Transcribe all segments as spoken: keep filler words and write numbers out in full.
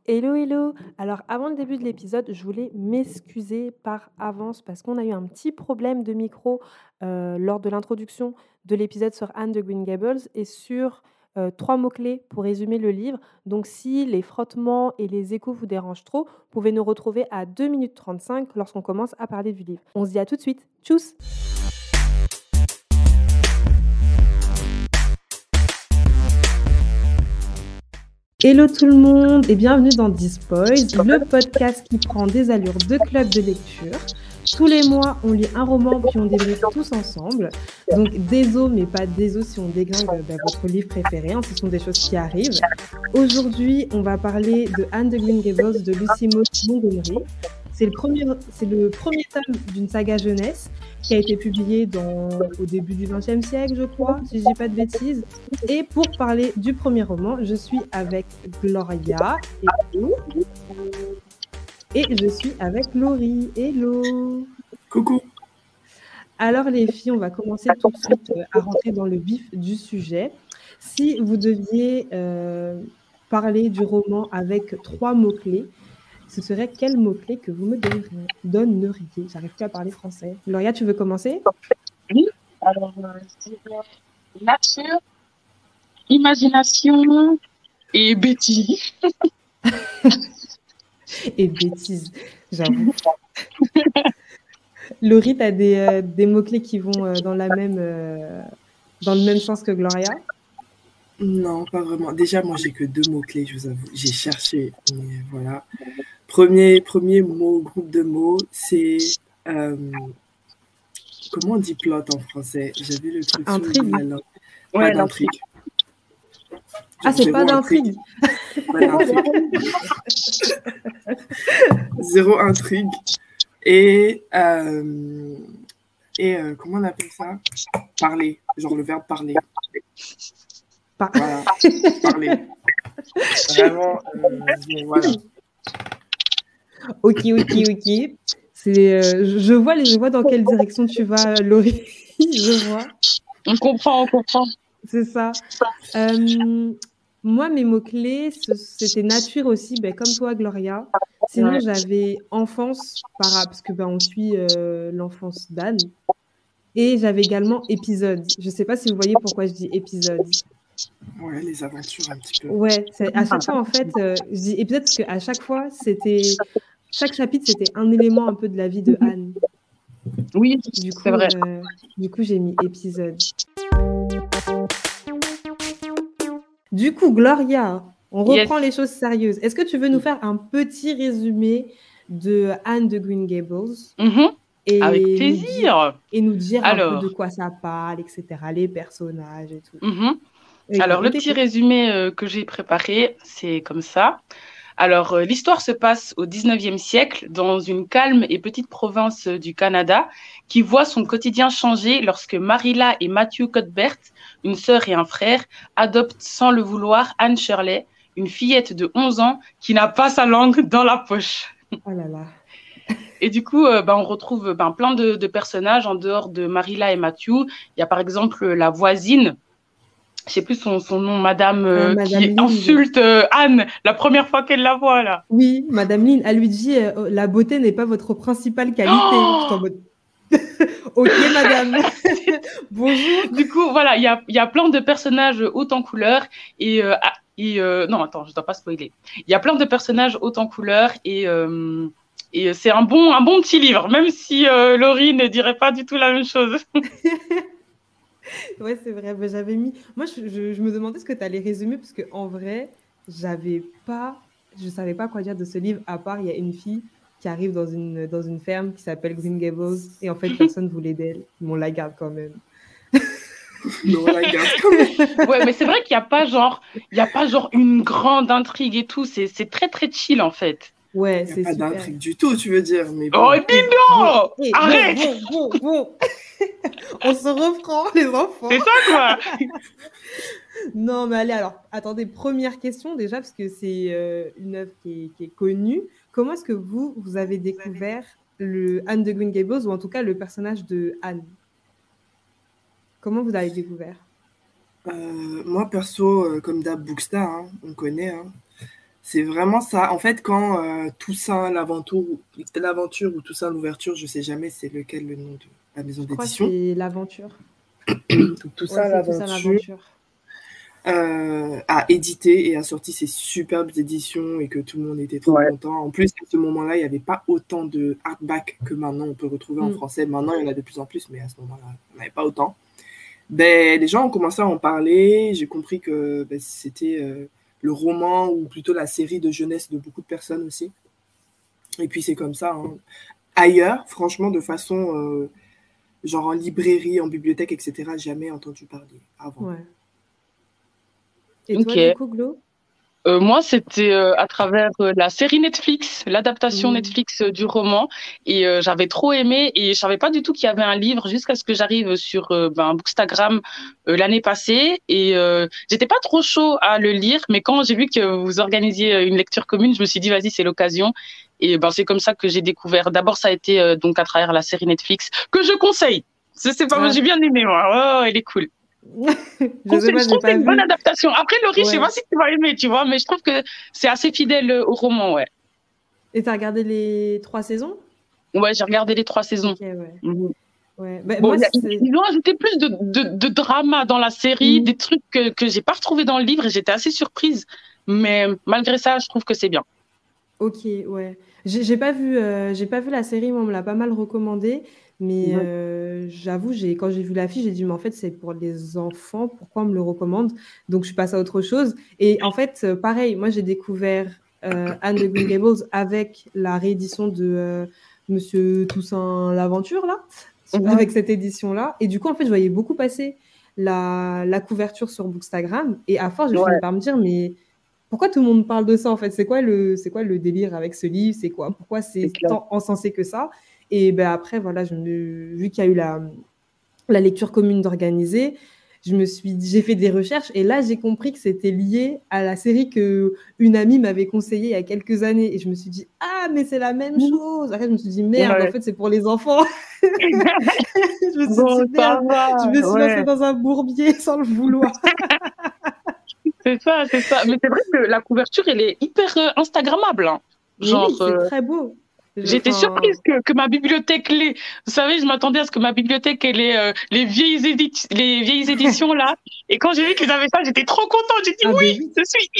Hello, hello! Alors, avant le début de l'épisode, je voulais m'excuser par avance parce qu'on a eu un petit problème de micro euh, lors de l'introduction de l'épisode sur Anne de Green Gables et sur euh, trois mots-clés pour résumer le livre. Donc, si les frottements et les échos vous dérangent trop, vous pouvez nous retrouver à deux minutes trente-cinq lorsqu'on commence à parler du livre. On se dit à tout de suite. Tchuss! Hello tout le monde et bienvenue dans Dispoils, le podcast qui prend des allures de club de lecture. Tous les mois, on lit un roman puis on débriefe tous ensemble. Donc désolé, mais pas désolé si on déglingue bah, votre livre préféré, hein, ce sont des choses qui arrivent. Aujourd'hui, on va parler de Anne de Green Gables de Lucy Maud Montgomery. C'est le premier, c'est le premier tome d'une saga jeunesse qui a été publiée dans, au début du vingtième siècle, je crois, si je dis pas de bêtises. Et pour parler du premier roman, je suis avec Gloria et, et je suis avec Laurie. Hello! Coucou! Alors les filles, on va commencer tout de suite à rentrer dans le vif du sujet. Si vous deviez euh, parler du roman avec trois mots-clés, ce serait quel mot-clé que vous me donneriez, donneriez J'arrive plus à parler français. Gloria, tu veux commencer? Oui, alors euh, nature, imagination et bêtise. Et bêtise, j'avoue. Laurie, tu as des, euh, des mots-clés qui vont euh, dans, la même, euh, dans le même sens que Gloria? Non, pas vraiment. Déjà, moi, j'ai que deux mots-clés, je vous avoue. J'ai cherché, mais voilà. Premier, premier mot, groupe de mots, c'est... Euh, comment on dit plot en français? J'avais le truc Intrigue. sur la langue. Pas Ouais, d'intrigue. Ah, c'est pas d'intrigue. Pas d'intrigue. Zéro intrigue. Et, euh, et euh, comment on appelle ça? Parler. Genre le verbe parler. Par... Voilà. Parler. Vraiment, euh, bon, voilà. Ok, ok, ok. C'est, euh, je, je, vois, je vois dans quelle direction tu vas, Laurie. Je vois. On comprend, on comprend. C'est ça. Euh, moi, mes mots-clés, ce, c'était nature aussi, ben, comme toi, Gloria. Sinon, ouais. J'avais enfance, par, parce que ben, on suit euh, l'enfance d'Anne. Et j'avais également épisode. Je ne sais pas si vous voyez pourquoi je dis épisode. Ouais, les aventures un petit peu. Ouais, c'est, à chaque fois, en fait, euh, je dis épisode parce qu'à chaque fois, c'était... Chaque chapitre, c'était un élément un peu de la vie de Anne. Oui, du coup, c'est vrai. Euh, du coup, j'ai mis épisode. Du coup, Gloria, on reprend yes. les choses sérieuses. Est-ce que tu veux nous faire un petit résumé de Anne de Green Gables? Mm-hmm. Et Avec plaisir. Nous dire, et nous dire Alors... un peu de quoi ça parle, et cetera, les personnages et tout. Mm-hmm. Et Alors, le petit résumé euh, que j'ai préparé, c'est comme ça. Alors, euh, l'histoire se passe au dix-neuvième siècle dans une calme et petite province euh, du Canada qui voit son quotidien changer lorsque Marilla et Matthew Cuthbert, une sœur et un frère, adoptent sans le vouloir Anne Shirley, une fillette de onze ans qui n'a pas sa langue dans la poche. Oh là là. Et du coup, euh, ben, on retrouve ben, plein de, de personnages en dehors de Marilla et Matthew. Il y a par exemple la voisine, je sais plus son, son nom, Madame, euh, ah, Madame qui Lynn. insulte euh, Anne la première fois qu'elle la voit là. Oui, Madame Lynn, elle lui dit euh, la beauté n'est pas votre principale qualité. Oh en mode... ok, Madame. Bonjour. Du coup, voilà, il y a, y a plein de personnages haut en couleur et, euh, et euh, non, attends, je dois pas spoiler. Il y a plein de personnages haut en couleur et euh, et c'est un bon un bon petit livre, même si euh, Laurie ne dirait pas du tout la même chose. Ouais, c'est vrai. Ben, j'avais mis. Moi, je, je, je me demandais ce que tu allais résumer parce que en vrai, j'avais pas, je savais pas quoi dire de ce livre. À part, il y a une fille qui arrive dans une dans une ferme qui s'appelle Green Gables et en fait, personne voulait d'elle. Mais on la garde quand même. Non, on la garde quand même. Ouais, mais c'est vrai qu'il y a pas genre, il y a pas genre une grande intrigue et tout. C'est c'est très très chill en fait. Ouais, il y a c'est pas super. d'intrigue du tout, tu veux dire. Mais bon. Oh, dis donc bon, arrête bon, bon, bon, bon. On se reprend, les enfants. C'est ça, quoi. Non, mais allez, alors, attendez, première question déjà, parce que c'est euh, une œuvre qui est, qui est connue. Comment est-ce que vous, vous avez découvert le Anne de Green Gables, ou en tout cas le personnage de Anne? Comment vous avez découvert? euh, Moi, perso, euh, comme d'hab, Bookstar, hein, on connaît. Hein. C'est vraiment ça. En fait, quand euh, Toussaint l'aventure, l'aventure ou Toussaint l'ouverture, je sais jamais c'est lequel le nom de la maison Je crois que d'édition. c'est l'aventure. Donc, Toussaint Ouais, c'est Toussaint l'aventure l'aventure. euh, a édité et a sorti ses superbes éditions et que tout le monde était trop Ouais. content. En plus, à ce moment-là, il n'y avait pas autant de hardback que maintenant on peut retrouver en Mm. français. Maintenant, il y en a de plus en plus, mais à ce moment-là, il n'y en avait pas autant. Ben, les gens ont commencé à en parler. J'ai compris que ben, c'était euh, le roman ou plutôt la série de jeunesse de beaucoup de personnes aussi. Et puis c'est comme ça. Hein. Ailleurs, franchement, de façon euh, genre en librairie, en bibliothèque, et cetera, jamais entendu parler avant. Ouais. Et Ok. toi, du coup, Glo? Euh, moi, c'était euh, à travers euh, la série Netflix, l'adaptation Mm. Netflix euh, du roman, et euh, j'avais trop aimé. Et je savais pas du tout qu'il y avait un livre jusqu'à ce que j'arrive sur euh, ben, Bookstagram euh, l'année passée. Et euh, j'étais pas trop chaud à le lire, mais quand j'ai vu que vous organisiez euh, une lecture commune, je me suis dit vas-y, c'est l'occasion. Et ben c'est comme ça que j'ai découvert. D'abord, ça a été euh, donc à travers la série Netflix que je conseille. C'est c'est pas Ah. j'ai bien aimé moi. Oh, elle est cool. Je sais Conseil, pas, je j'ai trouve que pas c'est une bonne vu. adaptation. Après, Laurie, je sais Ouais. pas si tu vas aimer, tu vois, mais je trouve que c'est assez fidèle euh, au roman, ouais. Et t'as regardé les trois saisons? Ouais, j'ai regardé les trois saisons. Ok, ouais. Mhm. Ouais. Bah, Bon, moi, il y a- c'est. ils ont ajouté plus de, de, de drama dans la série, Mhm. des trucs que, que j'ai pas retrouvé dans le livre et j'étais assez surprise. Mais malgré ça, je trouve que c'est bien. Ok, ouais. J'ai j'ai pas vu, euh, j'ai pas vu la série, mais on me l'a pas mal recommandé. Mais Mhm. euh, j'avoue, j'ai, quand j'ai vu l'affiche, j'ai dit, mais en fait, c'est pour les enfants, pourquoi on me le recommande? Donc, je suis passée à autre chose. Et en fait, euh, pareil, moi, j'ai découvert euh, Anne de Green Gables avec la réédition de euh, Monsieur Toussaint l'Aventure, là, Mhm. avec cette édition-là. Et du coup, en fait, je voyais beaucoup passer la, la couverture sur Bookstagram. Et à force, j'ai Ouais, fini par me dire, mais pourquoi tout le monde parle de ça en fait? C'est quoi le, c'est quoi le délire avec ce livre? C'est quoi? Pourquoi c'est c'est clair. tant encensé que ça? Et ben après, voilà, je me, vu qu'il y a eu la, la lecture commune d'organiser, je me suis, j'ai fait des recherches et là j'ai compris que c'était lié à la série que une amie m'avait conseillée il y a quelques années et je me suis dit ah mais c'est la même chose. Après je me suis dit merde, en Ouais. fait c'est pour les enfants. Je me suis Bon, dit ça merde, va, je me suis lancée ouais. dans un bourbier sans le vouloir. C'est ça, c'est ça. Mais c'est vrai que la couverture, elle est hyper euh, Instagrammable, hein. Mais oui, Genre, c'est euh, très beau. Je- j'étais Enfin, surprise que, que ma bibliothèque l'ait. Vous savez, je m'attendais à ce que ma bibliothèque ait les, euh, les, vieilles édi- les vieilles éditions là. Et quand j'ai vu qu'ils avaient ça, j'étais trop contente. J'ai dit ah ben oui, oui. je suis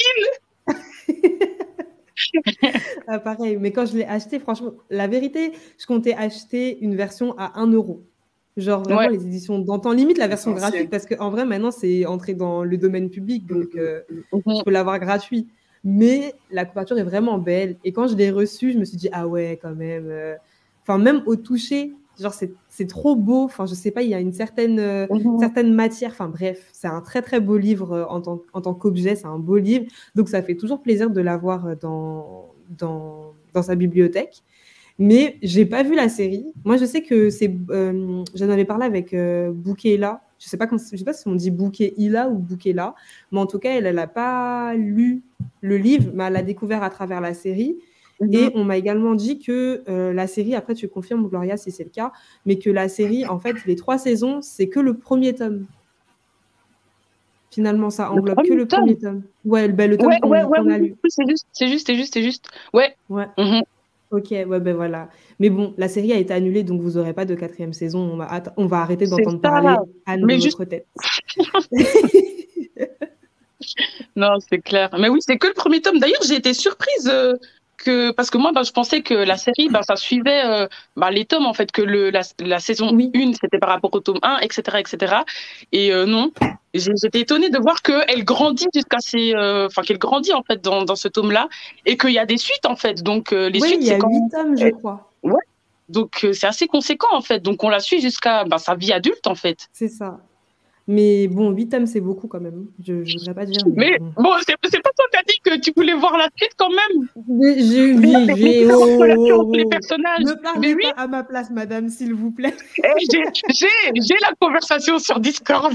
Ah, pareil, mais quand je l'ai acheté, franchement, la vérité, je comptais acheter une version à un euro. Genre in. vraiment Ouais, les éditions d'antan, limite la version gratuite, Essentiel. parce qu'en vrai, maintenant, c'est entré dans le domaine public, Mm, donc mm, euh, mm. je mhm, peux l'avoir gratuit. Mais la couverture est vraiment belle. Et quand je l'ai reçue, je me suis dit, ah ouais, quand même. euh, Enfin, même au toucher, genre, c'est c'est trop beau. Enfin, je sais pas, il y a une certaine, euh, mhm. certaine matière. Enfin, bref, c'est un très, très beau livre euh, en tant, en tant qu'objet. C'est un beau livre. Donc, ça fait toujours plaisir de l'avoir euh, dans, dans, dans sa bibliothèque. Mais j'ai pas vu la série. Moi, je sais que c'est. Euh, j'en avais parlé avec euh, Boukela. Je sais pas comment, je sais pas si on dit Boukéila ou Boukela, mais en tout cas, elle, elle a pas lu le livre, mais elle l'a découvert à travers la série. Mhm. Et on m'a également dit que euh, la série, après tu confirmes Gloria si c'est le cas, mais que la série, en fait, les trois saisons, c'est que le premier tome. Finalement, ça Le englobe que premier le tome. premier tome. Ouais, ben, le tome Ouais, ouais, qu'on ouais, qu'on oui, a oui, lu. oui, c'est juste, c'est juste, c'est juste, c'est juste. Ouais. Ouais. Mhm. Ok, ouais, ben voilà. Mais bon, la série a été annulée, donc vous n'aurez pas de quatrième saison. On va, atte- on va arrêter C'est d'entendre ça. parler Anne dans Mais juste, notre tête. non, c'est clair. Mais oui, c'est que le premier tome. D'ailleurs, j'ai été surprise euh, que parce que moi, bah, je pensais que la série, bah, ça suivait euh, bah, les tomes en fait, que le la, la saison Oui, un c'était par rapport au tome un, et cetera, et cetera. Et euh, non, J'ai- j'étais étonnée de voir qu'elle grandit jusqu'à ses, euh, enfin qu'elle grandit en fait dans dans ce tome-là et qu'il y a des suites en fait. Donc euh, les oui, suites, il y c'est a quand huit même tomes, je euh, crois. ouais. Donc euh, c'est assez conséquent en fait. Donc on la suit jusqu'à bah, sa vie adulte en fait. C'est ça. Mais bon, huit tomes, c'est beaucoup quand même. Je, je voudrais pas dire, mais Mais bon. bon, c'est c'est pas toi qui as dit que tu voulais voir la suite quand même. Mais J'ai, Il y a j'ai, des, des j'ai- différentes oh, relations oh, entre les oh, oh. personnages. Ne Mais parlez oui, pas à ma place, madame, s'il vous plaît. eh, j'ai j'ai- j'ai la conversation sur Discord.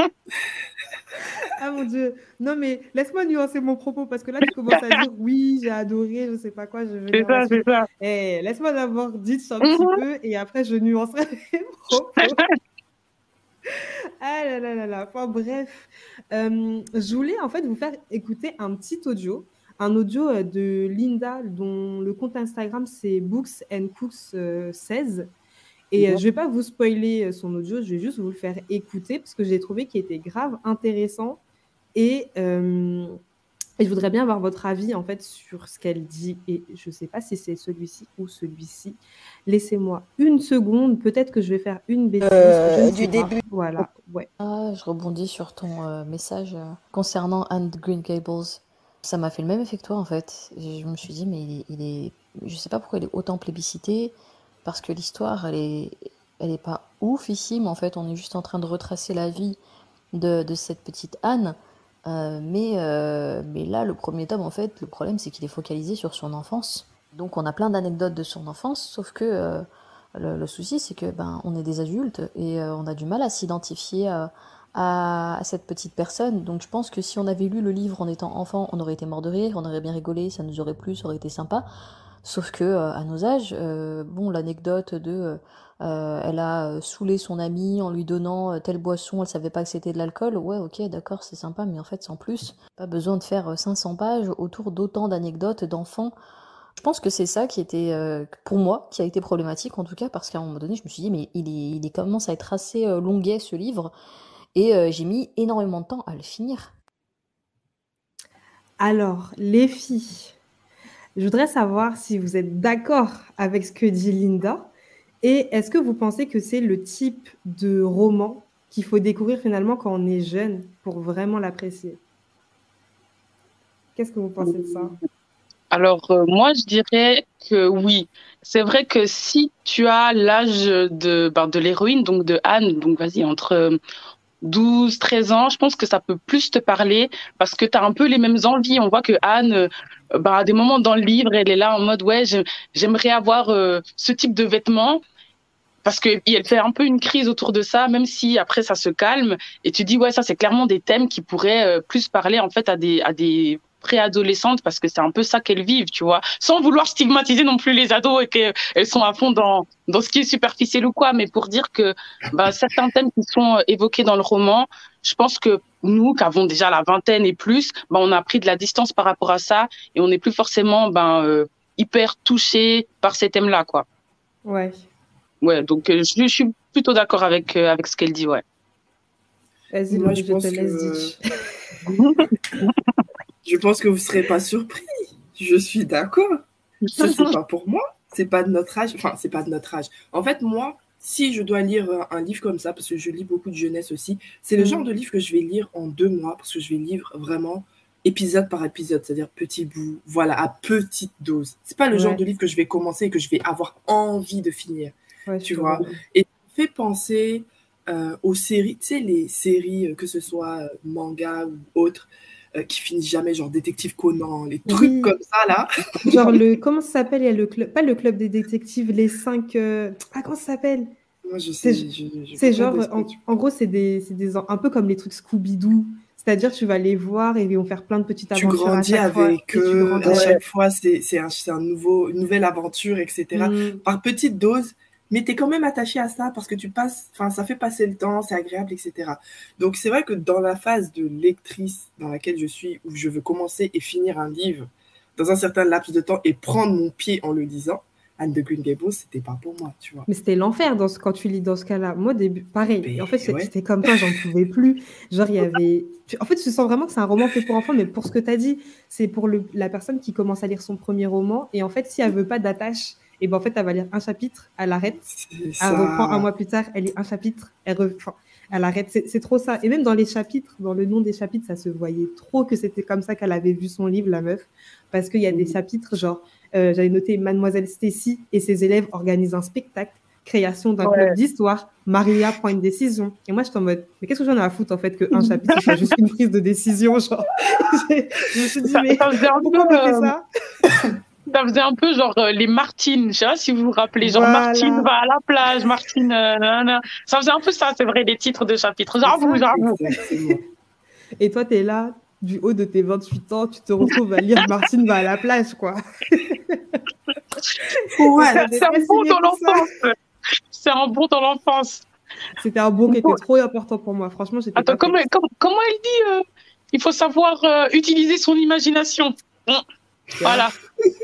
Ah mon Dieu. Non, mais laisse-moi nuancer mon propos parce que là, tu commences à dire oui, j'ai adoré, je sais pas quoi, je veux C'est lire la ça, c'est suite. ça. Eh, laisse-moi d'abord dire ça un petit Mhm. peu et après, je nuancerai mes propos. Ah là là là là. Enfin, bref, Euh, je voulais en fait vous faire écouter un petit audio, un audio euh, de Linda, dont le compte Instagram, c'est Books and Cooks euh, seize. Et euh, je ne vais pas vous spoiler euh, son audio, je vais juste vous le faire écouter parce que j'ai trouvé qu'il était grave intéressant. Et, euh, et je voudrais bien avoir votre avis en fait sur ce qu'elle dit. Et je ne sais pas si c'est celui-ci ou celui-ci. Laissez-moi une seconde. Peut-être que je vais faire une bêtise. Euh, je ne du sais pas. début. Voilà, ouais. Ah, je rebondis sur ton euh, message euh, concernant Anne de Green Gables. Ça m'a fait le même effet que toi en fait. Je me suis dit, mais il est, il est... je sais pas pourquoi il est autant plébiscité, parce que l'histoire, elle est, elle est pas oufissime en fait. On est juste en train de retracer la vie de, de cette petite Anne. Euh, mais, euh, mais là, le premier tome, en fait, le problème, c'est qu'il est focalisé sur son enfance. Donc, on a plein d'anecdotes de son enfance, sauf que euh, le, le souci, c'est que ben, on est des adultes et euh, on a du mal à s'identifier euh, à, à cette petite personne. Donc, je pense que si on avait lu le livre en étant enfant, on aurait été mort de rire, on aurait bien rigolé, ça nous aurait plu, ça aurait été sympa. Sauf que euh, à nos âges, euh, bon, l'anecdote de euh, elle a saoulé son amie en lui donnant euh, telle boisson, elle savait pas que c'était de l'alcool. Ouais, ok, d'accord, c'est sympa, mais en fait, sans plus. Pas besoin de faire cinq cents pages autour d'autant d'anecdotes d'enfants. Je pense que c'est ça qui était, euh, pour moi, qui a été problématique en tout cas, parce qu'à un moment donné, je me suis dit, mais il, est, il est commence à être assez euh, longuet ce livre, et euh, j'ai mis énormément de temps à le finir. Alors, les filles, je voudrais savoir si vous êtes d'accord avec ce que dit Linda et est-ce que vous pensez que c'est le type de roman qu'il faut découvrir finalement quand on est jeune pour vraiment l'apprécier. Qu'est-ce que vous pensez de ça? Alors, euh, moi, je dirais que oui. C'est vrai que si tu as l'âge de, ben, de l'héroïne, donc de Anne, donc vas-y, entre douze, treize ans, je pense que ça peut plus te parler parce que tu as un peu les mêmes envies. On voit que Anne, euh, ben, à des moments dans le livre, elle est là en mode, ouais, je- j'aimerais avoir euh, ce type de vêtements. Parce que et elle fait un peu une crise autour de ça, même si après ça se calme. Et tu dis, ouais, ça, c'est clairement des thèmes qui pourraient euh, plus parler en fait à des, à des préadolescentes parce que c'est un peu ça qu'elles vivent, tu vois. Sans vouloir stigmatiser non plus les ados et qu'elles sont à fond dans, dans ce qui est superficiel ou quoi, mais pour dire que bah, certains thèmes qui sont euh, évoqués dans le roman, je pense que nous, qui avons déjà la vingtaine et plus, bah, on a pris de la distance par rapport à ça et on n'est plus forcément ben, euh, hyper touchés par ces thèmes-là, quoi. Ouais. Ouais, donc euh, je, je suis plutôt d'accord avec, euh, avec ce qu'elle dit, ouais. Vas-y, Moi, Laurie, je je pense te laisse que- dire. Je pense que vous ne serez pas surpris. Je suis d'accord. Ça, c'est pas pour moi. C'est pas de notre âge. Enfin, c'est pas de notre âge. En fait, moi, si je dois lire un livre comme ça, parce que je lis beaucoup de jeunesse aussi, c'est le Mhm. genre de livre que je vais lire en deux mois, parce que je vais lire vraiment épisode par épisode, c'est-à-dire petit bout, voilà, à petite dose. C'est pas le genre Ouais. de livre que je vais commencer et que je vais avoir envie de finir, Ouais, je tu te vois. rejoins. Et ça me fait penser euh, aux séries, tu sais, les séries, euh, que ce soit euh, manga ou autres, euh, qui finissent jamais, genre Détective Conan, les trucs Oui. comme ça, là. Genre le comment ça s'appelle? Il y a le club, pas le club des détectives, les cinq. euh, Ah, comment ça s'appelle? Moi, je C'est sais, je, je c'est vois pas genre, de ce que en, tu- en gros, c'est des, c'est des, un peu comme les trucs Scooby-Doo. C'est-à-dire, tu vas les voir et ils vont faire plein de petites Tu aventures à grandis chaque fois. avec Et tu eux, grandis à avec. chaque fois, c'est c'est un, c'est un nouveau, une nouvelle aventure, et cetera. Mm. Par petite dose, mais tu es quand même attaché à ça parce que tu passes, enfin, ça fait passer le temps, c'est agréable, et cetera. Donc, c'est vrai que dans la phase de lectrice dans laquelle je suis, où je veux commencer et finir un livre dans un certain laps de temps et prendre mon pied en le lisant, Anne de Green Gables, c'était pas pour moi, tu vois. Mais c'était l'enfer dans ce, quand tu lis dans ce cas-là. Moi, au début, pareil. Mais Et en fait, c'est- ouais. j'étais comme toi, j'en pouvais plus. Genre, il y avait. tu- En fait, tu sens vraiment que c'est un roman fait pour enfants, mais pour ce que tu as dit, c'est pour le... la personne qui commence à lire son premier roman. Et en fait, si elle veut pas d'attache, et ben en fait, elle va lire un chapitre, elle arrête, C'est elle reprend un ça. mois plus tard, elle lit un chapitre, elle, re- enfin, elle arrête. C'est c'est trop ça. Et même dans les chapitres, dans le nom des chapitres, ça se voyait trop que c'était comme ça qu'elle avait vu son livre, la meuf. Parce qu'il y a des Mhm. chapitres, genre, euh, j'avais noté Mademoiselle Stacy et ses élèves organisent un spectacle, création d'un Ouais. club d'histoire, Maria prend une décision. Et moi, j'étais en mode, mais qu'est-ce que j'en ai à foutre, en fait, qu'un chapitre, ce soit juste une prise de décision, genre. J'ai- je me suis dit, Ça, mais ça faisait un pourquoi on peu, me fait euh, ça? ça faisait un peu genre euh, les Martines. Je sais pas si vous vous rappelez, genre Voilà. Martine va à la plage, Martine. euh, nanana. Ça faisait un peu ça, c'est vrai, les titres de chapitres. C'est J'avoue, ça. j'avoue. Exactement. Et toi, t'es là, du haut de tes vingt-huit ans, tu te retrouves à lire Martine va à la plage, quoi. Ouais. Ça C'est devait un pas bon signer dans pour ça. l'enfance. C'est un bon dans l'enfance. C'était un bon qui était trop important pour moi. Franchement, j'étais Attends, pas comment, faite. comment, comment elle dit euh, il faut savoir euh, utiliser son imagination. Voilà.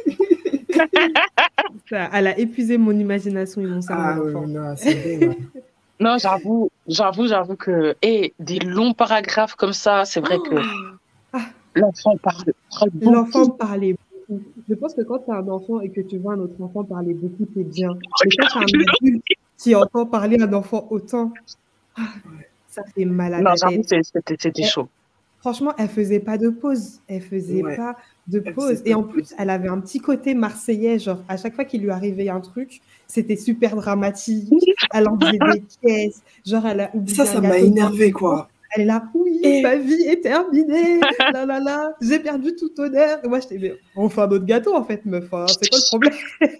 Ça, elle a épuisé mon imagination et mon cerveau. Ah oui, d'enfant. non, c'est bon. Là. Non, j'avoue, j'avoue, j'avoue que et des longs paragraphes comme ça, c'est vrai que Ah. l'enfant parle, parle beaucoup. L'enfant parlait beaucoup. Je pense que quand tu as un enfant et que tu vois un autre enfant parler beaucoup, t'es bien. Mais quand tu as un adulte qui entend parler un enfant autant, ah, ça fait mal à Non, la j'avoue, tête. c'est- c'était c'était Elle- chaud. Franchement, elle faisait pas de pause. Elle faisait Ouais. pas de Elle pause. faisait pas Et en de plus, pause. elle avait un petit côté marseillais. Genre, à chaque fois qu'il lui arrivait un truc, c'était super dramatique. Elle en faisait des caisses. Genre, elle a oublié Ça, un ça m'a gâteau. énervé, quoi. Elle est là, oui, Et- ma vie est terminée. Là, là, là, j'ai perdu tout honneur. Et moi, j'étais, mais on fait un autre gâteau, en fait, meuf. Hein. C'est quoi le problème?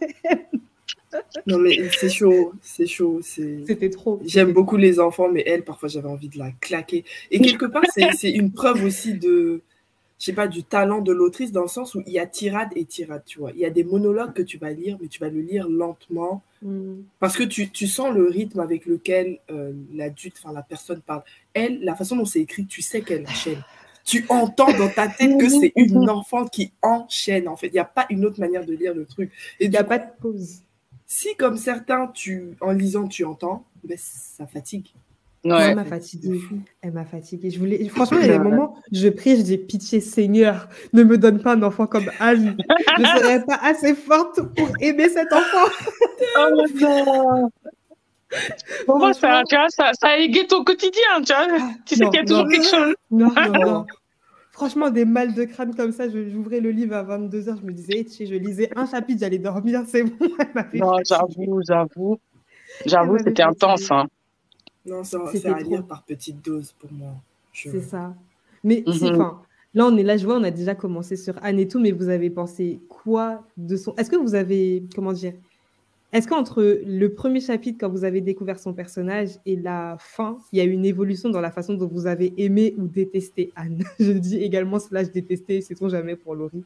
Non, mais c'est chaud, c'est chaud. C'est... C'était trop. J'aime C'était beaucoup les enfants, mais elle, parfois, j'avais envie de la claquer. Et quelque part, c'est, c'est une preuve aussi de, je sais pas, du talent de l'autrice, dans le sens où il y a tirade et tirade, tu vois. Il y a des monologues que tu vas lire, mais tu vas le lire lentement, Mm. parce que tu, tu sens le rythme avec lequel euh, l'adulte, enfin la personne parle. Elle, la façon dont c'est écrit, tu sais qu'elle enchaîne. Tu entends dans ta tête que c'est une enfant qui enchaîne, en fait. Il n'y a pas une autre manière de lire le truc. Et Il n'y du a coup, pas de pause. si, comme certains, tu, en lisant, tu entends, ben, ça fatigue. Moi, Ouais. elle m'a fatiguée. Elle m'a fatiguée. Je voulais... Franchement, il y a des moments, je prie, je dis, pitié, Seigneur, ne me donne pas un enfant comme Anne. Je ne serais pas assez forte pour aimer cet enfant. Oh non. Pour moi, ça, Franchement. tu vois, ça, ça a égayé ton quotidien, tu vois. Ah, Tu sais non, qu'il y a toujours non. quelque chose. Non, non, non. Franchement, des mal de crâne comme ça, je- j'ouvrais le livre à vingt-deux heures, je me disais, tu sais, je lisais un chapitre, j'allais dormir, c'est bon. Elle m'avait Non, fatiguée. j'avoue, j'avoue. J'avoue, Elle m'avait c'était intense, fatiguée. hein. Non, c'est, c'est C'était à lire trop. par petites doses pour moi. Je- C'est ça. Mais si, Mhm. enfin, là, on est là, je vois, on a déjà commencé sur Anne et tout, mais vous avez pensé quoi de son... Est-ce que vous avez, comment dire, est-ce qu'entre le premier chapitre, quand vous avez découvert son personnage, et la fin, il y a eu une évolution dans la façon dont vous avez aimé ou détesté Anne? Je dis également slash détesté, sait-on jamais pour Laurie.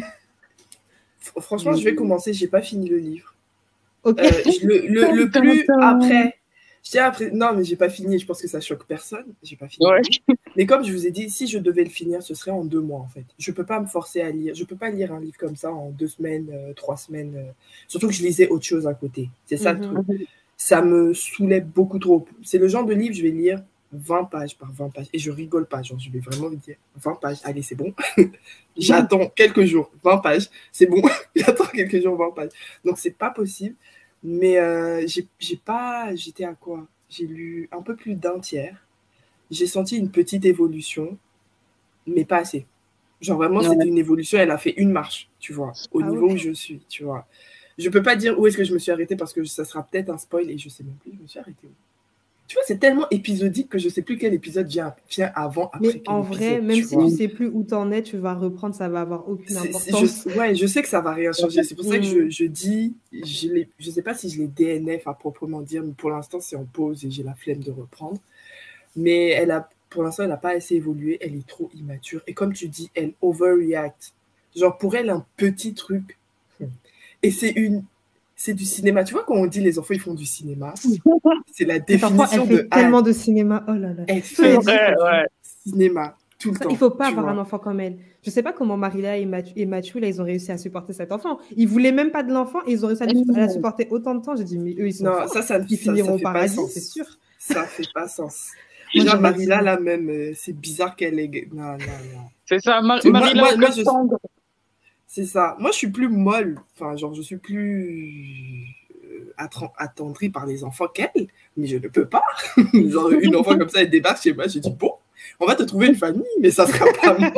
F- Franchement, je vais commencer, j'ai pas fini le livre. Ok. Euh, je- le, le, le plus Tintin. après, je tiens après, non, mais j'ai pas fini, je pense que ça choque personne. J'ai pas fini. Ouais. le livre. Mais comme je vous ai dit, si je devais le finir, ce serait en deux mois en fait. Je peux pas me forcer à lire, je peux pas lire un livre comme ça en deux semaines, euh, trois semaines. euh, Surtout que je lisais autre chose à côté. C'est ça le Mhm. truc. Ça me saoulait beaucoup trop. C'est le genre de livre, je vais lire vingt pages par vingt pages. Et je rigole pas, genre, je vais vraiment me dire vingt pages, allez, c'est bon. J'attends quelques jours, vingt pages, c'est bon. J'attends quelques jours, vingt pages. Donc, c'est pas possible. Mais euh, j'ai, j'ai pas. J'étais à quoi? J'ai lu un peu plus d'un tiers. J'ai senti une petite évolution, mais pas assez. Genre, vraiment, Ouais. c'était une évolution. Elle a fait une marche, tu vois, au Ah niveau ouais. où je suis, tu vois. Je peux pas dire où est-ce que je me suis arrêtée parce que ça sera peut-être un spoil et je sais même plus. Je me suis arrêtée où. Tu vois, c'est tellement épisodique que je sais plus quel épisode vient, vient avant, après Mais quel en vrai, épisode, même tu si vois. tu sais plus où t'en es, tu vas reprendre, ça va avoir aucune C'est- c'est- importance. je, ouais, je sais que ça va rien changer. C'est pour ça que je, Mm. je dis, je ne je sais pas si je l'ai D N F à proprement dire, mais pour l'instant, c'est en pause et j'ai la flemme de reprendre. Mais elle a, pour l'instant, elle n'a pas assez évolué. Elle est trop immature. Et comme tu dis, elle overreact. Genre, pour elle, un petit truc. Et c'est une... C'est du cinéma. Tu vois, quand on dit les enfants, ils font du cinéma, c'est la Mais parfois, définition elle de fait tellement de cinéma. Oh là là. Elle Faut la fait dire. Ouais, ouais. cinéma tout le temps. Il faut pas tu avoir vois. un enfant comme elle. Je sais pas comment Marilla et Mathieu, et Mathieu, là, ils ont réussi à supporter cet enfant. Ils voulaient même pas de l'enfant et ils ont réussi à, le- à la supporter autant de temps. J'ai dit, mais eux, ils sont Non, forts. ça, ça, Ils ça, ça finiront fait par pas paradis, sens. c'est sûr. Ça fait pas sens. Moi, Genre, j'aurais Marilla, dit- là même, euh, c'est bizarre qu'elle ait... Non, non, non. C'est ça, Mar- Moi- Marie-Laure moi- moi, je- Cassandre. C'est ça. Moi, je suis plus molle. Enfin, genre, je suis plus euh, attend- attendrie par les enfants qu'elle. Mais je ne peux pas. Genre, une enfant comme ça, elle débarque chez moi. Je dis, bon, on va te trouver une famille, mais ça sera pas moi.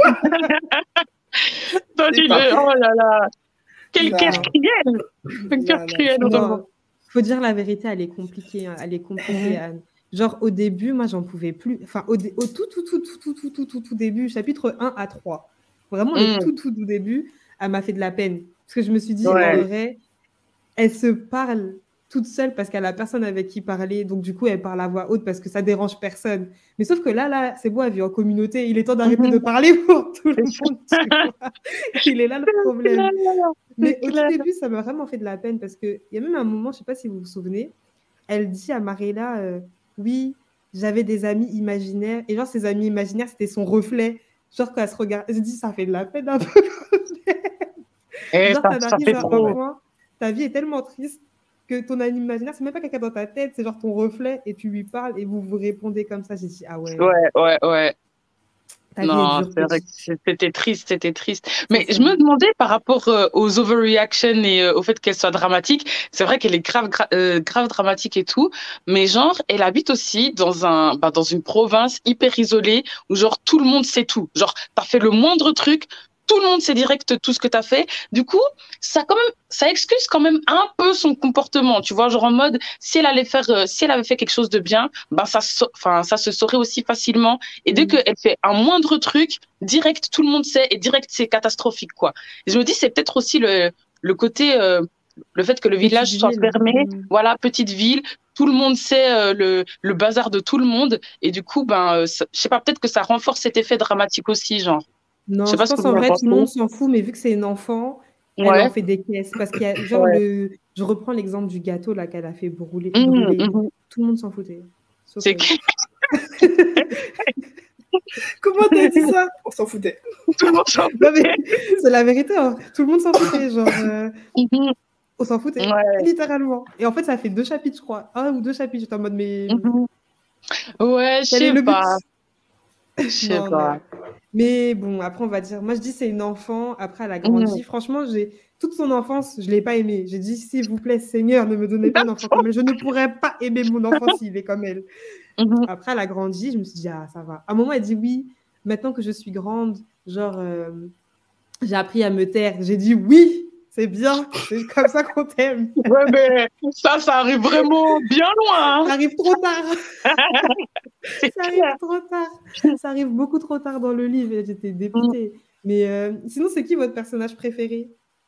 Toi, C'est tu pas- le- Oh là là. Quel Non. cœur cruel. Quel Non, cœur non, cruel, non. vraiment. Non, faut dire la vérité, elle est compliquée. hein, Elle est compliquée, Anne. Genre, au début, moi, j'en pouvais plus. Enfin, au, dé- au tout, tout, tout, tout, tout, tout, tout, tout, tout début, chapitre un à trois. Vraiment, le Mm. tout, tout, tout début, elle m'a fait de la peine. Parce que je me suis dit, Ouais. en vrai, elle se parle toute seule parce qu'elle a personne avec qui parler. Donc, du coup, elle parle à voix haute parce que ça dérange personne. Mais sauf que là, là, c'est beau, elle vit en communauté. Il est temps d'arrêter Mhm. de parler pour tout le monde. Tu vois. Il est là le problème. Mais C'est au clair. tout début, ça m'a vraiment fait de la peine parce qu'il y a même un moment, je ne sais pas si vous vous souvenez, elle dit à Marilla, euh, oui, j'avais des amis imaginaires. Et genre, ces amis imaginaires, c'était son reflet. Genre, quand elle se regarde, elle se dit, ça fait de la peine un peu. Et Genre, ça, ça ça arrive fait à un trop. point, ta vie est tellement triste que ton ami imaginaire, c'est même pas quelqu'un dans ta tête, c'est genre ton reflet et tu lui parles et vous vous répondez comme ça. J'ai dit, ah ouais, Ouais, ouais, ouais. ta vie est Non, dure, c'est vrai que petite. c'était triste, c'était triste. C'est Mais je ça. me demandais par rapport euh, aux overreactions et euh, au fait qu'elle soit dramatique, c'est vrai qu'elle est grave, gra- euh, grave dramatique et tout, mais genre, elle habite aussi dans un, bah, dans une province hyper isolée où genre tout le monde sait tout. Genre, t'as fait le moindre truc, tout le monde sait direct tout ce que t'as fait. Du coup, ça quand même, ça excuse quand même un peu son comportement, tu vois, genre en mode, si elle allait faire, euh, si elle avait fait quelque chose de bien, ben ça, se- enfin, ça se saurait aussi facilement. Et dès Mm. qu'elle fait un moindre truc, direct, tout le monde sait, et direct, c'est catastrophique, quoi. Et je me dis, c'est peut-être aussi le, le côté, euh, le fait que le Petite village soit ville. fermé, Mm. voilà, petite ville, tout le monde sait euh, le, le bazar de tout le monde, et du coup, ben, euh, ça- je sais pas, peut-être que ça renforce cet effet dramatique aussi, genre. Je Non, sais je pas ce que pense vous en en vrai, tout le monde pensez. s'en fout, mais vu que c'est une enfant, elle en Ouais, fait des caisses. Parce qu'il y a, genre, ouais. le... je reprends l'exemple du gâteau là qu'elle a fait brûler, Mhm, brûler. mhm. Tout le monde s'en foutait, sauf C'est elle. que Comment t'as dit ça? On s'en foutait. tout le monde s'en Non, mais foutait. c'est la vérité, hein. Tout le monde s'en foutait, genre, euh, Mhm. on s'en foutait, Ouais. littéralement. Et en fait, ça fait deux chapitres, je crois. Un ou deux chapitres, j'étais en mode, mais Mhm. Ouais, je quel est sais le but? pas. Je sais Non, pas. non. Mais bon, après, on va dire, moi je dis c'est une enfant, après elle a Mhm. grandi. Franchement, j'ai toute son enfance, je ne l'ai pas aimée. J'ai dit, s'il vous plaît, Seigneur, ne me donnez pas un enfant comme elle. Je ne pourrais pas aimer mon enfant s'il est comme elle. Mhm. Après, elle a grandi, je me suis dit, ah, ça va. À un moment, elle dit oui, maintenant que je suis grande, genre, euh, j'ai appris à me taire. J'ai dit oui, c'est bien, c'est comme ça qu'on t'aime. Ouais, mais ça, ça arrive vraiment bien loin, Ça hein. arrive trop tard. C'est Ça arrive clair. trop tard. Ça arrive beaucoup trop tard dans le livre et j'étais Mhm. dépitée. Mais euh, sinon, c'est qui votre personnage préféré?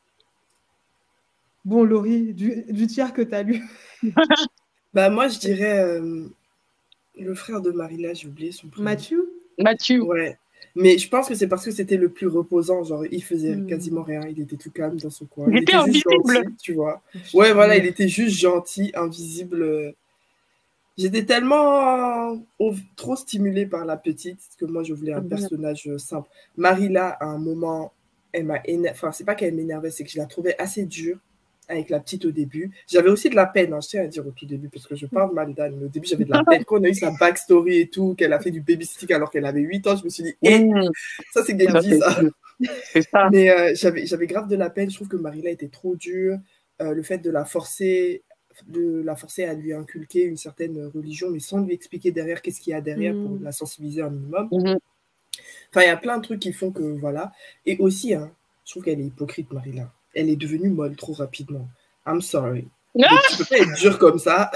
Bon, Laurie, du, du tiers que tu as lu. Bah, moi, je dirais euh, le frère de Marilla, j'ai oublié son prénom. Mathieu? Mathieu. Ouais. Mais je pense que c'est parce que c'était le plus reposant. Genre, il faisait Hmm. quasiment rien. Il était tout calme dans son coin. Il Il était était juste invisible. gentil, tu vois. Je Ouais, te voilà, il jure. était juste gentil, invisible. euh. J'étais tellement euh, trop stimulée par la petite que moi, je voulais un Mhm. personnage euh, simple. Marilla, à un moment, elle m'a énervée. Enfin, c'est pas qu'elle m'énervait, c'est que je la trouvais assez dure avec la petite au début. J'avais aussi de la peine, hein, je tiens à dire au tout début, parce que je parle mal d'Anne, mais au début, j'avais de la peine. Quand on a eu sa backstory et tout, qu'elle a fait du babysitting alors qu'elle avait huit ans, je me suis dit, eh, Mhm. ça, c'est Ça, Genji, c'est ça. sûr. C'est ça. Mais euh, j'avais, j'avais grave de la peine. Je trouve que Marilla était trop dure. Euh, le fait de la forcer, de la forcer à lui inculquer une certaine religion, mais sans lui expliquer derrière qu'est-ce qu'il y a derrière pour Hmm. la sensibiliser un minimum. Mhm. Enfin, il y a plein de trucs qui font que, voilà. Et aussi, hein, je trouve qu'elle est hypocrite, Marilla. Elle est devenue molle trop rapidement. I'm sorry. Ah! Donc, tu peux pas être dur comme ça.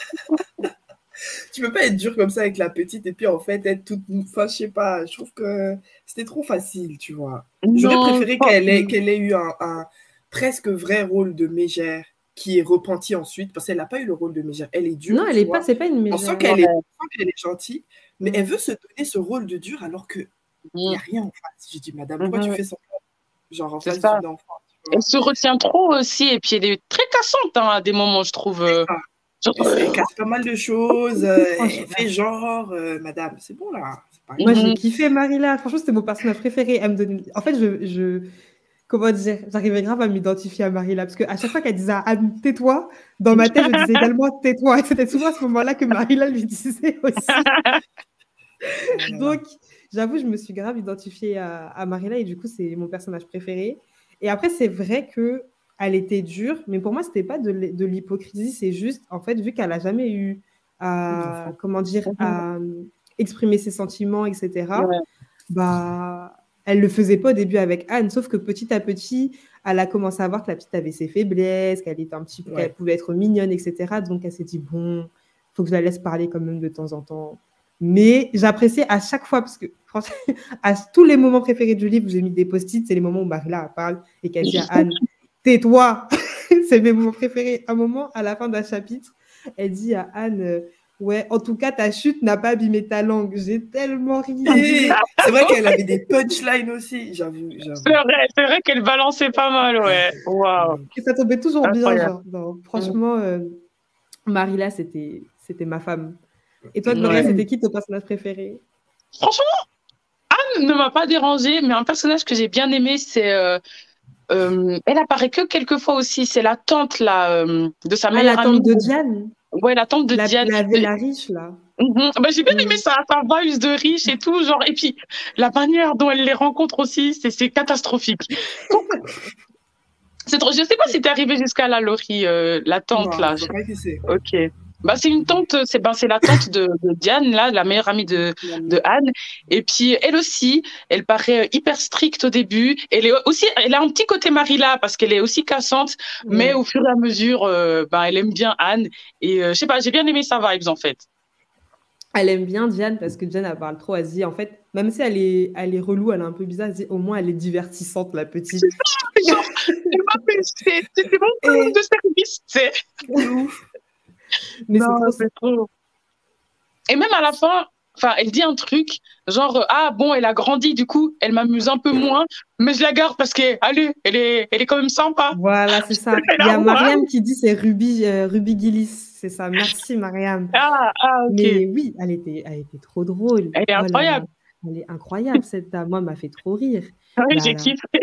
Tu peux pas être dur comme ça avec la petite et puis en fait être toute. Enfin, je sais pas, je trouve que c'était trop facile, tu vois. J'aurais Non, préféré pas- qu'elle ait, qu'elle ait eu un, un presque vrai rôle de mégère qui est repenti ensuite parce qu'elle n'a pas eu le rôle de mégère. Elle est dure, Non, elle tu est pas, vois. c'est pas une On mégère. sent qu'elle est, Ouais. on sent qu'elle est gentille, mais Hmm. elle veut se donner ce rôle de dur alors qu'il n'y a Mhm. rien en face. J'ai dit, madame, pourquoi tu Mhm. fais ça genre en C'est face ça. d'une enfant, tu Elle vois. se retient trop aussi, et puis elle est très cassante hein, à des moments, je trouve. euh, Ah, genre, elle, elle euh, casse pas mal de choses, euh, Franchement, elle fait genre, euh, madame, c'est bon là, c'est pas moi, grave. j'ai mhm. kiffé Marilla. Franchement, c'était mon personnage préféré. Elle me donnait... En fait, je, je... comment dire, j'arrivais grave à m'identifier à Marilla parce qu'à chaque fois qu'elle disait à Anne, tais-toi, dans ma tête, je disais également tais-toi. Et c'était souvent à ce moment-là que Marilla lui disait aussi. Ah là là. Donc, j'avoue, je me suis grave identifiée à, à Marilla et du coup, c'est mon personnage préféré. Et après, c'est vrai que elle était dure, mais pour moi, c'était pas de, l- de l'hypocrisie, c'est juste, en fait, vu qu'elle a jamais eu à, L'enfant. comment dire, Mhm. à euh, exprimer ses sentiments, et cetera, Ouais. bah, elle le faisait pas au début avec Anne, sauf que petit à petit, elle a commencé à voir que la petite avait ses faiblesses, qu'elle était un petit peu, qu'elle Ouais. pouvait être mignonne, et cetera. Donc, elle s'est dit, bon, faut que je la laisse parler quand même de temps en temps. Mais j'appréciais à chaque fois, parce que franchement, à tous les moments préférés du livre où j'ai mis des post-it, c'est les moments où Marilla parle et qu'elle dit à Anne, tais-toi. C'est mes moments préférés. Un moment, à la fin d'un chapitre, elle dit à Anne, euh, ouais, en tout cas, ta chute n'a pas abîmé ta langue. J'ai tellement ri. J'ai dit, Et c'est vrai qu'elle avait des punchlines aussi, j'avoue, C'est j'avoue. vrai, c'est vrai qu'elle balançait pas mal, ouais. Waouh. et ça tombait toujours bien, Incroyable. genre. Non, franchement, euh, Marilla, c'était, c'était ma femme. Et toi, Gloria, Ouais. c'était qui ton personnage préféré? Franchement, Anne ne m'a pas dérangée, mais un personnage que j'ai bien aimé, c'est euh, Euh, elle apparaît que quelques fois aussi. C'est la tante là, euh, de sa Ah, meilleure la amie. tante de Diane, Ouais, la tante de la, Diane. la, Mais- la riche, là. Mhm. Bah, j'ai bien aimé Mm. ça, sa vibes de riche et tout, genre, et puis la manière dont elle les rencontre aussi, c'est c'est catastrophique. C'est trop. Je sais pas si t'es arrivée jusqu'à là, Laurie, euh, la tante Non, là. je vois pas qui c'est. Ok. Bah, c'est une tante, c'est ben, c'est la tante de, de Diane, là, la meilleure amie de, de Anne. Et puis, elle aussi, elle paraît hyper stricte au début. Elle est aussi, elle a un petit côté Marilla parce qu'elle est aussi cassante, mais Ouais. au fur et à mesure, euh, ben, elle aime bien Anne. Et euh, je sais pas, j'ai bien aimé sa vibes en fait. Elle aime bien Diane parce que Diane, elle parle trop. Elle se dit, en fait, même si elle est, elle est relou, elle est un peu bizarre, elle se dit, au moins, elle est divertissante, la petite. Genre, elle m'a fait, c'est c'est mon clown Et... de service, tu sais. Mais Non, c'est trop c'est trop. Et même à la fin, enfin, elle dit un truc, genre, euh, ah bon, elle a grandi, du coup, elle m'amuse un peu moins, mais je la garde parce que, allez, elle est, elle est quand même sympa. Voilà, c'est ça. Elle Il y a a- Mariam qui dit c'est Ruby, euh, Ruby Gillis. C'est ça. Merci, Mariam. Ah, ah, ok. Mais oui, elle était, elle était trop drôle. Elle est Oh là là. incroyable. Elle est incroyable, cette dame. Moi, elle m'a fait trop rire. Ouais, Là, j'ai là. kiffé.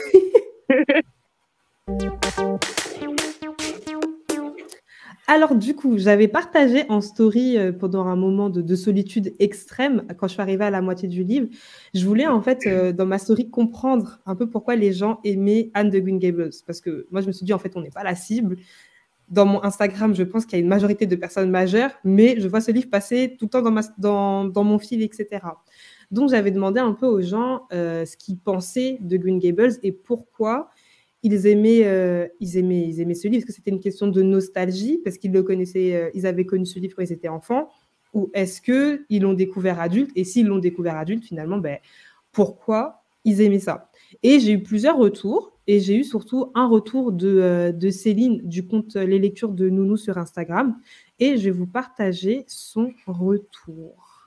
Alors, du coup, j'avais partagé en story euh, pendant un moment de, de solitude extrême, quand je suis arrivée à la moitié du livre. Je voulais, en fait, euh, dans ma story, comprendre un peu pourquoi les gens aimaient Anne de Green Gables. Parce que moi, je me suis dit, en fait, on n'est pas la cible. Dans mon Instagram, je pense qu'il y a une majorité de personnes majeures, mais je vois ce livre passer tout le temps dans, ma, dans, dans mon fil, et cetera. Donc, j'avais demandé un peu aux gens euh, ce qu'ils pensaient de Green Gables et pourquoi ils aimaient, euh, ils aimaient, ils aimaient ce livre. Est-ce que c'était une question de nostalgie, parce qu'ils le connaissaient, euh, ils avaient connu ce livre quand ils étaient enfants, ou est-ce qu'ils l'ont découvert adulte? Et s'ils l'ont découvert adulte, finalement, ben, pourquoi ils aimaient ça? Et j'ai eu plusieurs retours, et j'ai eu surtout un retour de, euh, de Céline du compte Les Lectures de Nounou sur Instagram, et je vais vous partager son retour.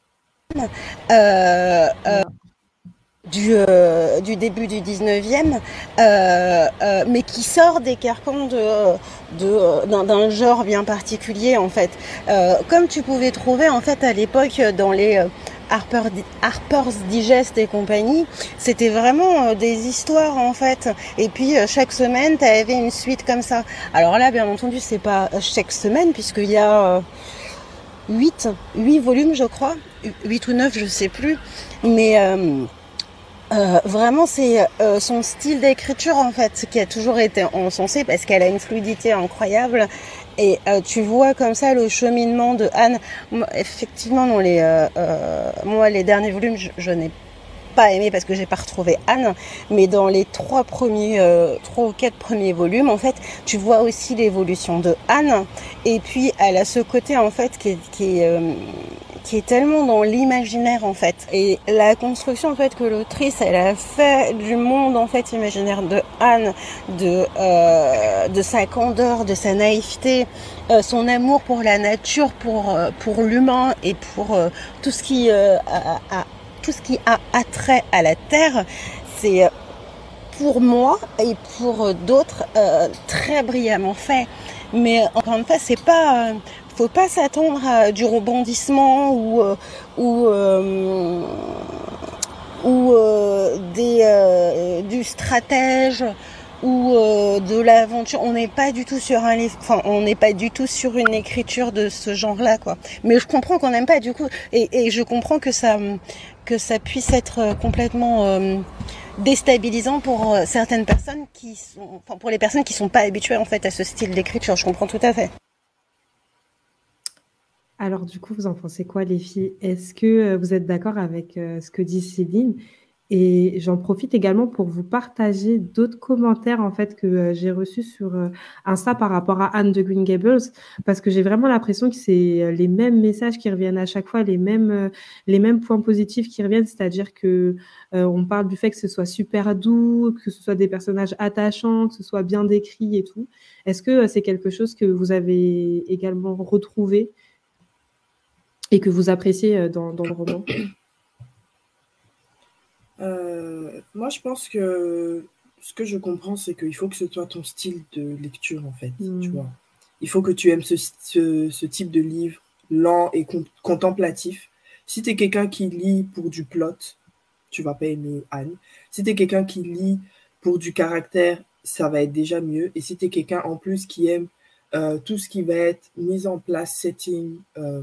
Euh, euh, du, euh, du début du dix-neuvième, euh, euh, mais qui sort des carcans de, de, d'un, d'un genre bien particulier en fait. Euh, comme tu pouvais trouver en fait à l'époque dans les euh, Harper, Harper's Digest et compagnie, c'était vraiment euh, des histoires en fait. Et puis euh, chaque semaine, tu avais une suite comme ça. Alors là, bien entendu, c'est pas chaque semaine puisqu'il y a... Euh, huit, huit volumes je crois, huit ou neuf je sais plus, mais euh, euh, vraiment c'est euh, son style d'écriture en fait qui a toujours été encensé parce qu'elle a une fluidité incroyable et euh, tu vois comme ça le cheminement de Anne. Moi, effectivement dans les, euh, euh, moi les derniers volumes je, je n'ai pas aimé parce que j'ai pas retrouvé Anne, mais dans les trois premiers, euh, trois ou quatre premiers volumes, en fait, tu vois aussi l'évolution de Anne. Et puis, elle a ce côté en fait qui est, qui est, euh, qui est tellement dans l'imaginaire en fait. Et la construction en fait que l'autrice elle a fait du monde en fait imaginaire de Anne, de euh, de sa candeur, de sa naïveté, euh, son amour pour la nature, pour euh, pour l'humain et pour euh, tout ce qui euh, a, a tout ce qui a attrait à la terre, c'est pour moi et pour d'autres euh, très brillamment fait. Mais encore une fois, c'est pas, euh, faut pas s'attendre à du rebondissement ou euh, ou euh, ou euh, des euh, du stratège ou euh, de l'aventure. On n'est pas du tout sur un livre, enfin on n'est pas du tout sur une écriture de ce genre-là, quoi. Mais je comprends qu'on n'aime pas du coup, et, et je comprends que ça que ça puisse être complètement euh, déstabilisant pour euh, certaines personnes qui sont, enfin pour les personnes qui sont pas habituées en fait à ce style d'écriture. Je comprends tout à fait. Alors du coup, vous en pensez quoi, les filles? Est-ce que vous êtes d'accord avec euh, ce que dit Céline? Et j'en profite également pour vous partager d'autres commentaires en fait que euh, j'ai reçus sur euh, Insta par rapport à Anne de Green Gables, parce que j'ai vraiment l'impression que c'est euh, les mêmes messages qui reviennent à chaque fois, les mêmes euh, les mêmes points positifs qui reviennent, c'est-à-dire que euh, on parle du fait que ce soit super doux, que ce soit des personnages attachants, que ce soit bien décrit et tout. Est-ce que euh, c'est quelque chose que vous avez également retrouvé et que vous appréciez euh, dans, dans le roman? Euh, moi, je pense que ce que je comprends, c'est qu'il faut que ce soit ton style de lecture, en fait, Mm. tu vois. Il faut que tu aimes ce, ce, ce type de livre lent et con- contemplatif. Si tu es quelqu'un qui lit pour du plot, tu vas pas aimer Anne. Si tu es quelqu'un qui lit pour du caractère, ça va être déjà mieux. Et si tu es quelqu'un en plus qui aime euh, tout ce qui va être mise en place, setting, euh,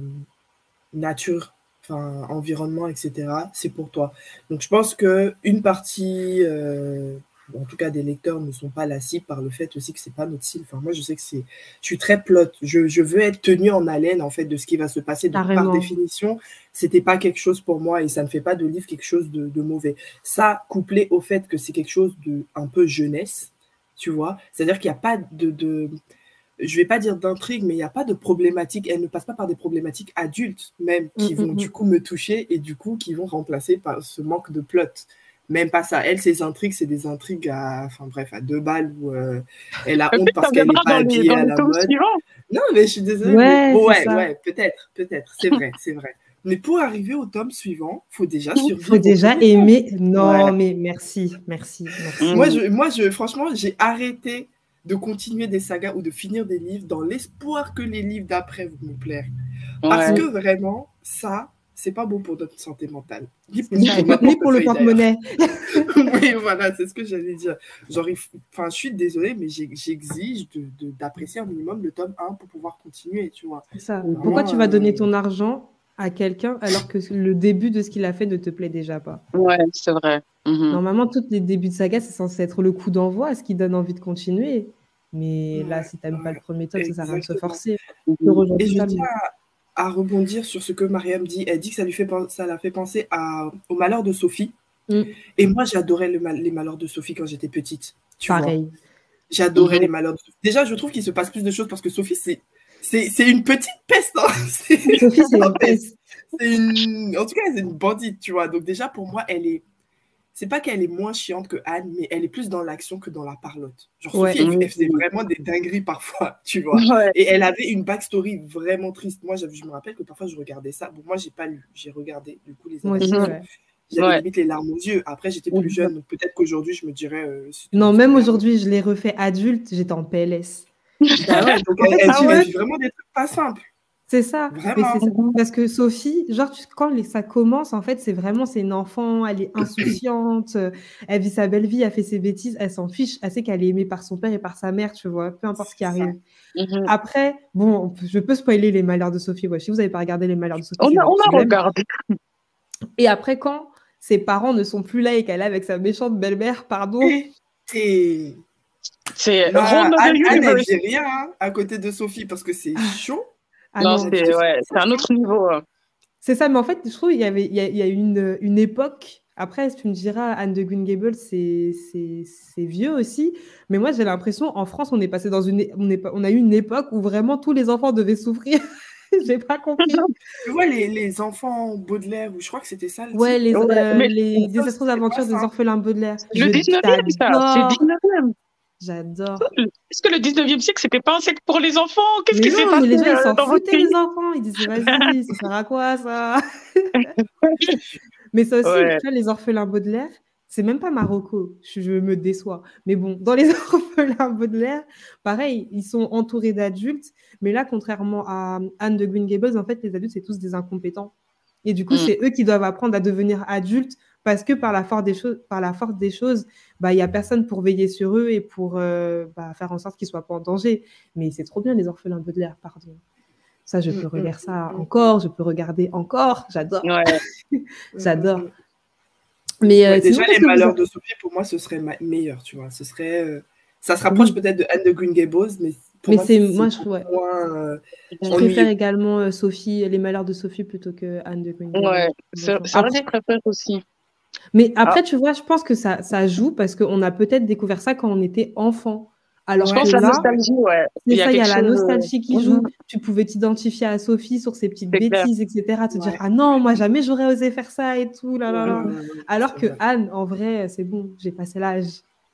nature, enfin environnement, et cetera, c'est pour toi. Donc je pense qu'une partie, euh, en tout cas des lecteurs, ne sont pas la cible par le fait aussi que c'est pas notre style. Enfin, moi, je sais que c'est... Je suis très plot. Je, je veux être tenue en haleine, en fait, de ce qui va se passer. Donc, par définition, c'était pas quelque chose pour moi et ça ne fait pas de livre quelque chose de, de mauvais. Ça, couplé au fait que c'est quelque chose de un peu jeunesse, tu vois. C'est-à-dire qu'il n'y a pas de... de je vais pas dire d'intrigue, mais il n'y a pas de problématiques. Elle ne passe pas par des problématiques adultes, même, qui vont, mmh, du coup, me toucher et du coup, qui vont remplacer par ce manque de plot. Même pas ça. Elle, ses intrigues, c'est des intrigues à, enfin bref, à deux balles où euh, elle a honte parce qu'elle n'est pas habillée à la mode. Non, mais je suis désolée. Ouais, mais... bon, ouais, ouais, peut-être, peut-être. C'est vrai, c'est vrai. Mais pour arriver au tome suivant, faut déjà survivre. Faut déjà aimer. Non, ouais. mais merci, merci, merci. Moi, je, moi, je, franchement, j'ai arrêté de continuer des sagas ou de finir des livres dans l'espoir que les livres d'après vont me plaire. Parce ouais. que vraiment, ça, c'est pas bon pour notre santé mentale. Ni pour, ni pour le porte-monnaie. Oui, voilà, c'est ce que j'allais dire. Genre, enfin, je suis désolée, mais j'exige de, de, d'apprécier un minimum le tome un pour pouvoir continuer, tu vois. C'est ça. Vraiment, pourquoi tu vas donner ton argent à quelqu'un alors que le début de ce qu'il a fait ne te plaît déjà pas? Ouais, c'est vrai. Mm-hmm. Normalement, tous les débuts de saga, c'est censé être le coup d'envoi, ce qui donne envie de continuer. Mais ouais, là, si tu n'aimes ouais, pas le premier tome, ça sert à rien de se forcer. Mm-hmm. Et je tiens à, à rebondir sur ce que Mariam dit. Elle dit que ça lui fait, ça l'a fait penser à, au malheur de Sophie. Mm. Et moi, j'adorais le mal, les malheurs de Sophie quand j'étais petite. Tu Pareil. Vois. J'adorais mm-hmm. les malheurs de Sophie. Déjà, je trouve qu'il se passe plus de choses parce que Sophie, c'est C'est, c'est une petite peste. Hein. C'est... Sophie, c'est une peste. C'est une... En tout cas, c'est une bandite, tu vois. Donc déjà, pour moi, elle est... C'est pas qu'elle est moins chiante que Anne, mais elle est plus dans l'action que dans la parlotte. Genre, ouais. Sophie, elle, elle faisait vraiment des dingueries parfois, tu vois. Ouais. Et elle avait une backstory vraiment triste. Moi, je me rappelle que parfois, je regardais ça. Bon, moi, j'ai pas lu. J'ai regardé, du coup, les adaptations. Ouais. J'avais ouais. limite les larmes aux yeux. Après, j'étais plus jeune, donc peut-être qu'aujourd'hui, je me dirais... Euh, non, même aujourd'hui, je l'ai refait adulte, j'étais en P L S. Bah ouais, donc elle, elle, ah ouais. elle vit vraiment des trucs pas simples. C'est ça. Mais c'est ça. Parce que Sophie, genre, tu, quand les, ça commence, en fait, c'est vraiment, c'est une enfant, elle est insouciante, elle vit sa belle vie, elle fait ses bêtises, elle s'en fiche, elle sait qu'elle est aimée par son père et par sa mère, tu vois, peu importe ce qui arrive. Mm-hmm. Après, bon, je peux spoiler les malheurs de Sophie. Ouais, si vous n'avez pas regardé les malheurs de Sophie, on a, on a regardé. Et après, quand ses parents ne sont plus là et qu'elle est avec sa méchante belle-mère, pardon. Et... C'est bah, Anne, Anne, elle dit rien hein, à côté de Sophie parce que c'est chaud. Ah non, non c'est, ouais, c'est un autre niveau. Hein. C'est ça, mais en fait, je trouve qu'il y avait, il y a, il y a une, une époque. Après, tu me diras, Anne de Green Gables, c'est, c'est, c'est vieux aussi. Mais moi, j'ai l'impression, en France, on est passé dans une, on, est, on a eu une époque où vraiment tous les enfants devaient souffrir. J'ai pas compris. Tu vois, les, les enfants Baudelaire, ou je crois que c'était ça. Le ouais, les, euh, mais les désastreuses aventures des orphelins Baudelaire. Le dix-neuvième, ça. C'est dix-neuvième. J'adore. Est-ce que le dix-neuvième siècle, c'était pas un siècle pour les enfants? Qu'est-ce mais qui non, s'est passé? Mais les gens, ils s'en foutaient, les enfants. Ils disaient, vas-y, ça sert à quoi, ça? Mais ça aussi, ouais. Tu vois, les orphelins Baudelaire, c'est même pas Marocco. Je, je me déçois. Mais bon, dans les orphelins Baudelaire, pareil, ils sont entourés d'adultes. Mais là, contrairement à Anne de Green Gables, en fait, les adultes, c'est tous des incompétents. Et du coup, mm. c'est eux qui doivent apprendre à devenir adultes parce que par la force des choses, par la force des choses, bah il y a personne pour veiller sur eux et pour euh, bah, faire en sorte qu'ils soient pas en danger. Mais c'est trop bien les orphelins Baudelaire, pardon. Ça, je peux relire ça encore, je peux regarder encore, j'adore. Ouais. J'adore. Mais euh, ouais, déjà les malheurs vous... de Sophie, pour moi, ce serait ma... meilleur, tu vois. Ce serait, euh... ça se rapproche oui. peut-être de Anne de Green Gables, mais pour mais moi, c'est, c'est, moi, c'est je, ouais. moins. Euh, je préfère également euh, Sophie, les malheurs de Sophie plutôt que Anne de Green Gables. Ouais, c'est, c'est vrai que je préfère aussi. Mais après, ah. tu vois, je pense que ça, ça joue parce qu'on a peut-être découvert ça quand on était enfant. Alors je pense que là, la nostalgie, ouais. C'est il y ça, il y a la nostalgie de... qui joue. Mm-hmm. Tu pouvais t'identifier à Sophie sur ses petites c'est bêtises, clair. et cetera. Te ouais. dire, ah non, moi, jamais j'aurais osé faire ça et tout. Là, là, là. Ouais, ouais, ouais, Alors que vrai. Anne, en vrai, c'est bon, j'ai passé l'âge.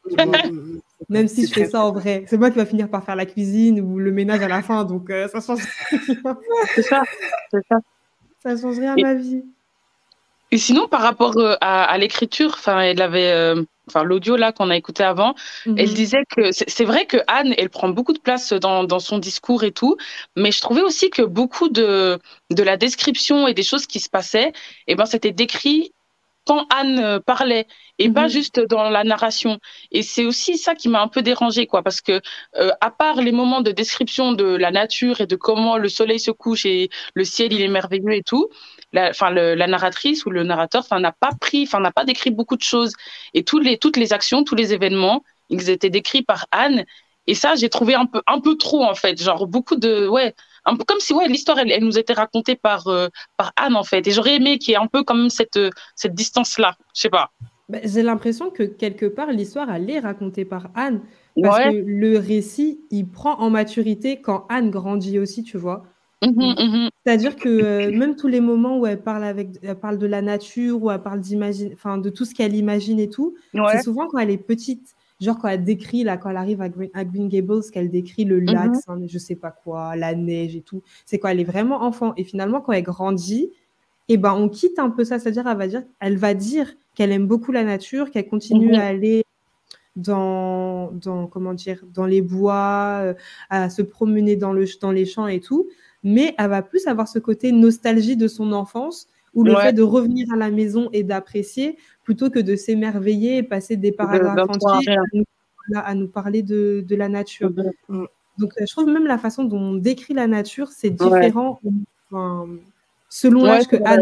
Même si c'est je fais ça en vrai. C'est moi qui va finir par faire la cuisine ou le ménage à la fin. Donc, euh, ça change rien. C'est ça, c'est ça. Ça change rien à et... ma vie. Et sinon, par rapport euh, à, à l'écriture, enfin, elle avait, euh, enfin, l'audio là qu'on a écouté avant, mm-hmm. elle disait que c'est, c'est vrai que Anne, elle prend beaucoup de place dans, dans son discours et tout, mais je trouvais aussi que beaucoup de de la description et des choses qui se passaient, eh ben, c'était décrit quand Anne euh, parlait et Mhm. pas juste dans la narration. Et c'est aussi ça qui m'a un peu dérangée, quoi, parce que euh, à part les moments de description de la nature et de comment le soleil se couche et le ciel il est merveilleux et tout, la, enfin le, la narratrice ou le narrateur, enfin n'a pas pris, enfin n'a pas décrit beaucoup de choses. Et tous les toutes les actions, tous les événements, ils étaient décrits par Anne. Et ça, j'ai trouvé un peu un peu trop en fait, genre beaucoup de ouais. Un peu comme si ouais, l'histoire elle, elle nous était racontée par euh, par Anne en fait, et j'aurais aimé qu'il y ait un peu comme cette euh, cette distance là, je sais pas. Bah, j'ai l'impression que quelque part, l'histoire, elle est racontée par Anne, parce que Ouais. le récit, il prend en maturité quand Anne grandit aussi, tu vois. Mhm, mhm. C'est-à-dire que euh, même tous les moments où elle parle, avec, elle parle de la nature, où elle parle d'imagine, enfin, de tout ce qu'elle imagine et tout, c'est Ouais. souvent quand elle est petite. Genre quand elle décrit, là, quand elle arrive à Green, à Green Gables, qu'elle décrit le lac, Mhm. hein, je sais pas quoi, la neige et tout. C'est quand elle est vraiment enfant. Et finalement, quand elle grandit, eh ben, on quitte un peu ça. C'est-à-dire, elle va dire, elle va dire qu'elle aime beaucoup la nature, qu'elle continue Mhm. à aller dans, dans, comment dire, dans les bois, euh, à se promener dans, le, dans les champs et tout. Mais elle va plus avoir ce côté nostalgie de son enfance, ou le Ouais. fait de revenir à la maison et d'apprécier, plutôt que de s'émerveiller et passer des De, paragraphes d'un point à entiers rien. à nous, voilà, à nous parler de, de la nature. Mhm. Donc, euh, je trouve même la façon dont on décrit la nature, c'est Ouais. différent enfin, selon Ouais, l'âge que c'est vrai. Anne.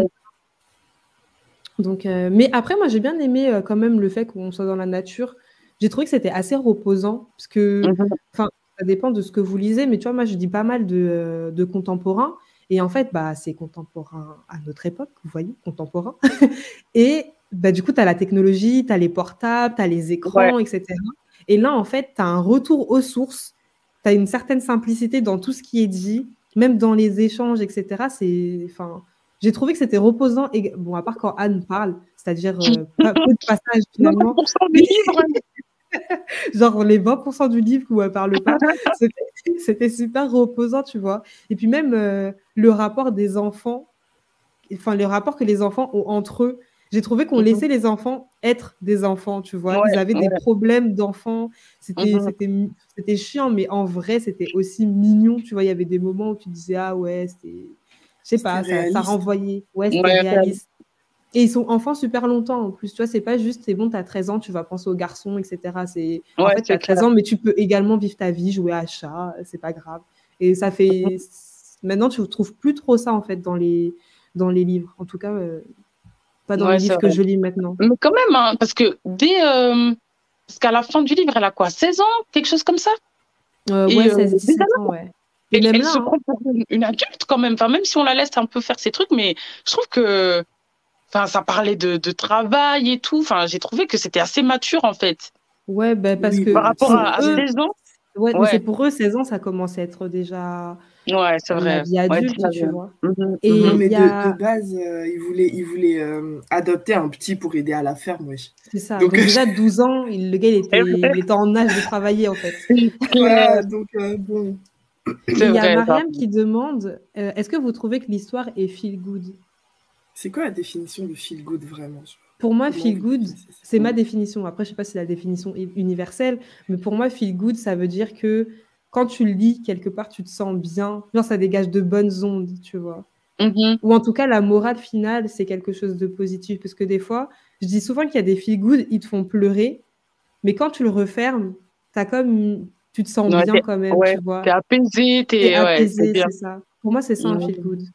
Donc, euh, mais après, moi, j'ai bien aimé euh, quand même le fait qu'on soit dans la nature. J'ai trouvé que c'était assez reposant, parce que, Mhm. enfin, ça dépend de ce que vous lisez, mais tu vois, moi, je lis pas mal de, euh, de contemporains, et en fait, bah, c'est contemporain à notre époque, vous voyez, contemporain. Et bah, du coup, tu as la technologie, tu as les portables, tu as les Ouais. écrans, et cetera. Et là, en fait, tu as un retour aux sources, tu as une certaine simplicité dans tout ce qui est dit, même dans les échanges, et cetera. C'est, enfin, j'ai trouvé que c'était reposant, et bon, à part quand Anne parle, c'est-à-dire euh, pas, peu de passages finalement, vingt pour cent du livre. genre les vingt pour cent du livre où elle parle pas, c'était, c'était super reposant, tu vois. Et puis même euh, le rapport des enfants, enfin le rapport que les enfants ont entre eux, j'ai trouvé qu'on Mhm. laissait les enfants être des enfants, tu vois. Ouais, Ils avaient des ouais. problèmes d'enfants, c'était, Mhm. c'était, mi- c'était chiant, mais en vrai, c'était aussi mignon, tu vois. Il y avait des moments où tu disais, ah ouais, c'était, je sais C'était pas, ça, ça réaliste. renvoyait, ouais, c'était Ouais, réaliste. Et ils sont enfants super longtemps en plus, tu vois, c'est pas juste, c'est bon, t'as treize ans, tu vas penser aux garçons, et cetera. C'est, en ouais, fait, c'est t'as treize clair. ans, mais tu peux également vivre ta vie, jouer à chat, c'est pas grave. Et ça fait, Mhm. maintenant, tu trouves plus trop ça, en fait, dans les, dans les livres. En tout cas, euh, pas dans les Ouais, c'est livres que vrai. je lis maintenant. Mais quand même, hein, parce que dès euh, parce qu'à la fin du livre, elle a quoi, seize ans, quelque chose comme ça. Euh, ouais, Et euh, seize déjà, dix-sept ans, ouais. Et elle, même elle là, se hein. prend pour une, une adulte quand même. Enfin, même si on la laisse un peu faire ses trucs, mais je trouve que, enfin, ça parlait de, de travail et tout. Enfin, j'ai trouvé que c'était assez mature en fait Ouais, ben, parce Oui, que par bah, rapport pour à, à c'est eux, seize ans. ouais, mais c'est Ouais, pour eux, seize ans, ça commence à être déjà ouais, c'est euh, la vrai. vie Ouais, adulte, tu dix-neuf. vois. Mhm, Et non, mhm. il mais y de, de a, base, euh, il voulait, il voulait euh, adopter un petit pour aider à la ferme, wesh. c'est ça. Donc, Donc déjà, douze ans, il, le gars, il C'est était, vrai, il était en âge de travailler, en fait. c'est clair. voilà, donc euh, bon. Et C'est il y a vrai, ça. Mariam qui demande, euh, est-ce que vous trouvez que l'histoire est feel good? C'est quoi la définition de feel good vraiment? Pour moi, Comment feel vous good, définissez ça? c'est ma définition. Après, je sais pas si c'est la définition est universelle, mais pour moi, feel good, ça veut dire que quand tu le lis, quelque part, tu te sens bien. Genre, ça dégage de bonnes ondes, tu vois. Mhm. Ou en tout cas, la morale finale, c'est quelque chose de positif. Parce que des fois, je dis souvent qu'il y a des feel good, ils te font pleurer, mais quand tu le refermes, t'as comme, tu te sens Ouais, bien t'es, quand même, ouais, tu vois. t'es apaisé, T'es t'es, ouais, c'est apaisé, bien. c'est ça. Pour moi, c'est ça un feel Mhm. good.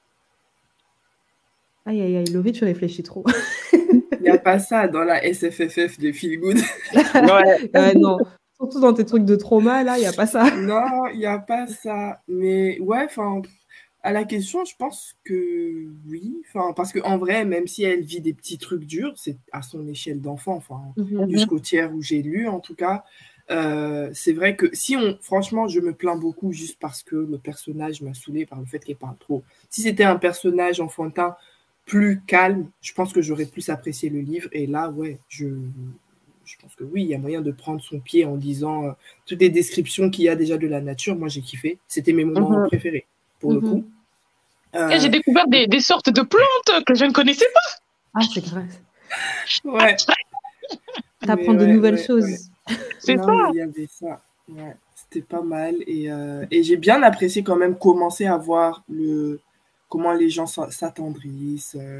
Aïe, aïe, aïe, Laurie, tu réfléchis trop. Il n'y a pas ça dans la S F F F de feel good. Ouais. Euh, non, surtout dans tes trucs de trauma, là, il n'y a pas ça. Non, il n'y a pas ça. Mais ouais, enfin, à la question, je pense que oui. Enfin, parce qu'en vrai, même si elle vit des petits trucs durs, c'est à son échelle d'enfant, enfin, Mhm. Mhm. jusqu'au tiers où j'ai lu en tout cas. Euh, c'est vrai que si on, franchement, je me plains beaucoup juste parce que le personnage m'a saoulé par le fait qu'elle parle trop. Si c'était un personnage enfantin plus calme, je pense que j'aurais plus apprécié le livre. Et là, ouais, je, je pense que oui, il y a moyen de prendre son pied en disant euh, toutes les descriptions qu'il y a déjà de la nature. Moi, j'ai kiffé. C'était mes moments Mhm. préférés, pour le coup. Mhm. Et j'ai Euh, découvert des, des sortes de plantes que je ne connaissais pas. Ah, c'est grave. ouais, mais T'apprends de ouais, nouvelles ouais, ouais. choses. C'est Non, mais ça. il y avait ça. Ouais, c'était pas mal. Et, euh, et j'ai bien apprécié quand même commencer à voir le, comment les gens s'a- s'attendrissent. euh,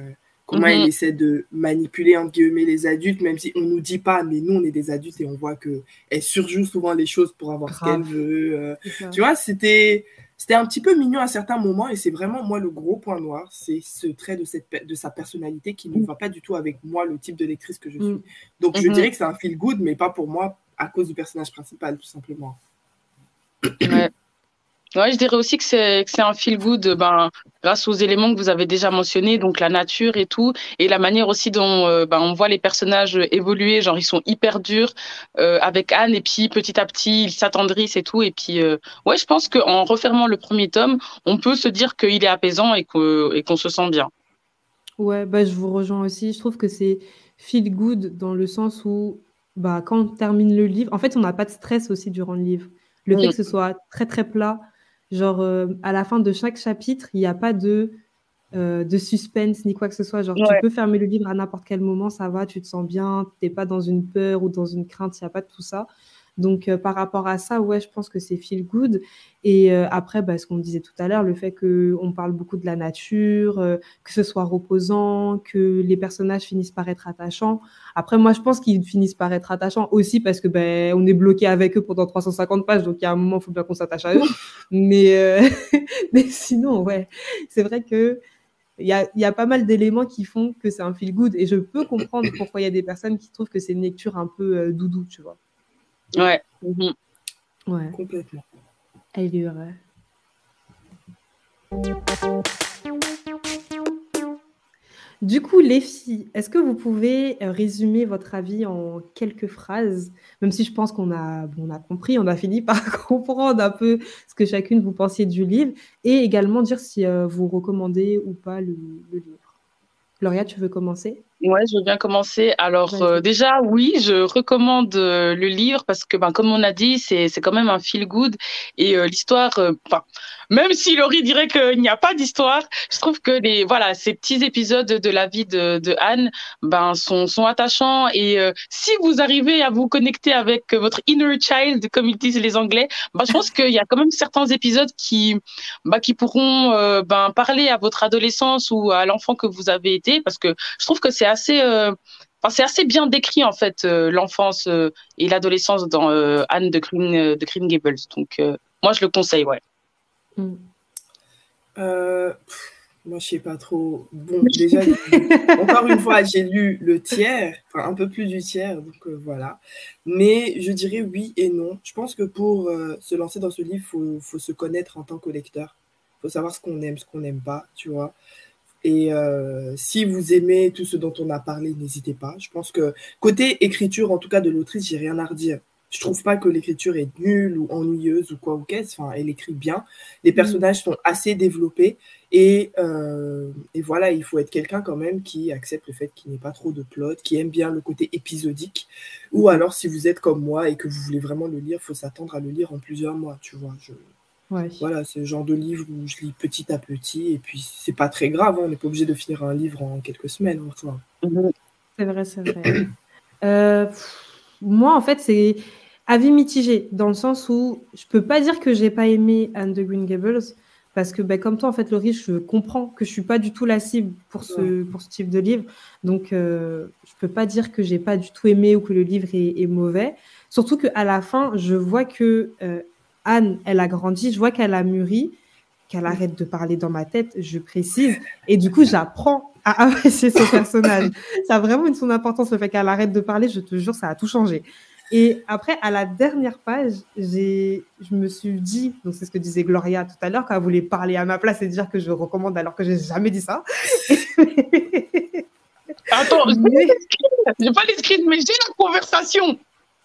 comment elle Mhm. essaie de manipuler, entre guillemets, les adultes, même si on nous dit pas, mais nous, on est des adultes et on voit qu'elle surjoue souvent les choses pour avoir ce qu'elle Grave. veut. euh. C'est ça. Tu vois, c'était, c'était un petit peu mignon à certains moments et c'est vraiment, moi, le gros point noir, c'est ce trait de, cette, pe- de sa personnalité qui ne va pas du tout avec moi, le type de lectrice que je suis. Mm. Donc, je Mhm. dirais que c'est un feel good, mais pas pour moi, à cause du personnage principal, tout simplement. Ouais. Ouais, je dirais aussi que c'est que c'est un feel good, ben, grâce aux éléments que vous avez déjà mentionnés, donc la nature et tout, et la manière aussi dont euh, ben, on voit les personnages évoluer, genre ils sont hyper durs euh, avec Anne, et puis petit à petit ils s'attendrissent et tout, et puis euh, ouais, je pense qu'en refermant le premier tome, on peut se dire qu'il est apaisant et que et qu'on se sent bien. Ouais, bah, je vous rejoins aussi. Je trouve que c'est feel good dans le sens où, bah, quand on termine le livre, en fait, on n'a pas de stress aussi durant le livre. Le fait Mm. que ce soit très, très plat, genre, euh, à la fin de chaque chapitre, il n'y a pas de, euh, de suspense ni quoi que ce soit. Genre, tu Ouais. peux fermer le livre à n'importe quel moment, ça va, tu te sens bien, t'es pas dans une peur ou dans une crainte, il n'y a pas de tout ça. Donc, euh, par rapport à ça, ouais, je pense que c'est feel good. Et euh, après, bah, ce qu'on disait tout à l'heure, le fait qu'on parle beaucoup de la nature, euh, que ce soit reposant, que les personnages finissent par être attachants. Après, moi, je pense qu'ils finissent par être attachants aussi parce que ben, on est bloqué avec eux pendant trois cent cinquante pages, donc il y a un moment, il faut bien qu'on s'attache à eux. Mais, euh, mais sinon, ouais, c'est vrai que il y a, il y a pas mal d'éléments qui font que c'est un feel good et je peux comprendre pourquoi il y a des personnes qui trouvent que c'est une lecture un peu euh, doudou, tu vois. Ouais. Mhm. Ouais. Complètement. Allure. Du coup, les filles, est-ce que vous pouvez euh, résumer votre avis en quelques phrases, même si je pense qu'on a, bon, on a compris, on a fini par comprendre un peu ce que chacune vous pensiez du livre, et également dire si euh, vous recommandez ou pas le, le livre. Gloria, tu veux commencer? Ouais, je veux bien commencer. Alors euh, Vas-y. déjà, oui, je recommande euh, le livre parce que, ben, comme on a dit, c'est c'est quand même un feel good et euh, l'histoire. euh, Enfin, même si Laurie dirait qu'il n'y a pas d'histoire, je trouve que les voilà ces petits épisodes de la vie de, de Anne, ben sont sont attachants et euh, si vous arrivez à vous connecter avec votre inner child, comme ils disent les Anglais, ben je pense qu'il y a quand même certains épisodes qui ben, qui pourront euh, ben parler à votre adolescence ou à l'enfant que vous avez été parce que je trouve que c'est assez, euh, enfin, c'est assez bien décrit en fait euh, l'enfance euh, et l'adolescence dans euh, Anne de Green, euh, de Green Gables. Donc euh, moi je le conseille, ouais. Mm. Euh, pff, moi, je sais pas trop. Bon, déjà, encore une fois, j'ai lu le tiers, enfin un peu plus du tiers, donc euh, voilà. Mais je dirais oui et non. Je pense que pour euh, se lancer dans ce livre, il faut, faut se connaître en tant que lecteur. Il faut savoir ce qu'on aime, ce qu'on n'aime pas, tu vois. Et euh, si vous aimez tout ce dont on a parlé, n'hésitez pas. Je pense que côté écriture, en tout cas de l'autrice, j'ai rien à redire. Je trouve pas que l'écriture est nulle ou ennuyeuse ou quoi ou qu'est-ce. Enfin, elle écrit bien. Les Mm. personnages sont assez développés. Et, euh, et voilà, il faut être quelqu'un quand même qui accepte le fait qu'il n'y ait pas trop de plot, qui aime bien le côté épisodique. Ou alors, si vous êtes comme moi et que vous voulez vraiment le lire, il faut s'attendre à le lire en plusieurs mois, tu vois. Je... Ouais. Voilà, c'est le genre de livre où je lis petit à petit. Et puis, c'est pas très grave, hein, on n'est pas obligé de finir un livre en quelques semaines. Hein, tu vois. C'est vrai, c'est vrai. Euh, pff, moi, en fait, c'est avis mitigé, dans le sens où je peux pas dire que j'ai pas aimé Anne de Green Gables, parce que ben, comme toi, en fait, Laurie, je comprends que je suis pas du tout la cible pour ce, pour ce type de livre. Donc, euh, je peux pas dire que j'ai pas du tout aimé ou que le livre est, est mauvais. Surtout qu'à la fin, je vois que euh, Anne, elle a grandi, je vois qu'elle a mûri, qu'elle arrête de parler dans ma tête, je précise. Et du coup, j'apprends à apprécier ce personnage. Ça a vraiment une son importance, le fait qu'elle arrête de parler, je te jure, ça a tout changé. Et après, à la dernière page, j'ai, je me suis dit, donc c'est ce que disait Gloria tout à l'heure, quand elle voulait parler à ma place et dire que je recommande alors que j'ai jamais dit ça. Attends, Mais... j'ai pas les screens, mais j'ai la conversation.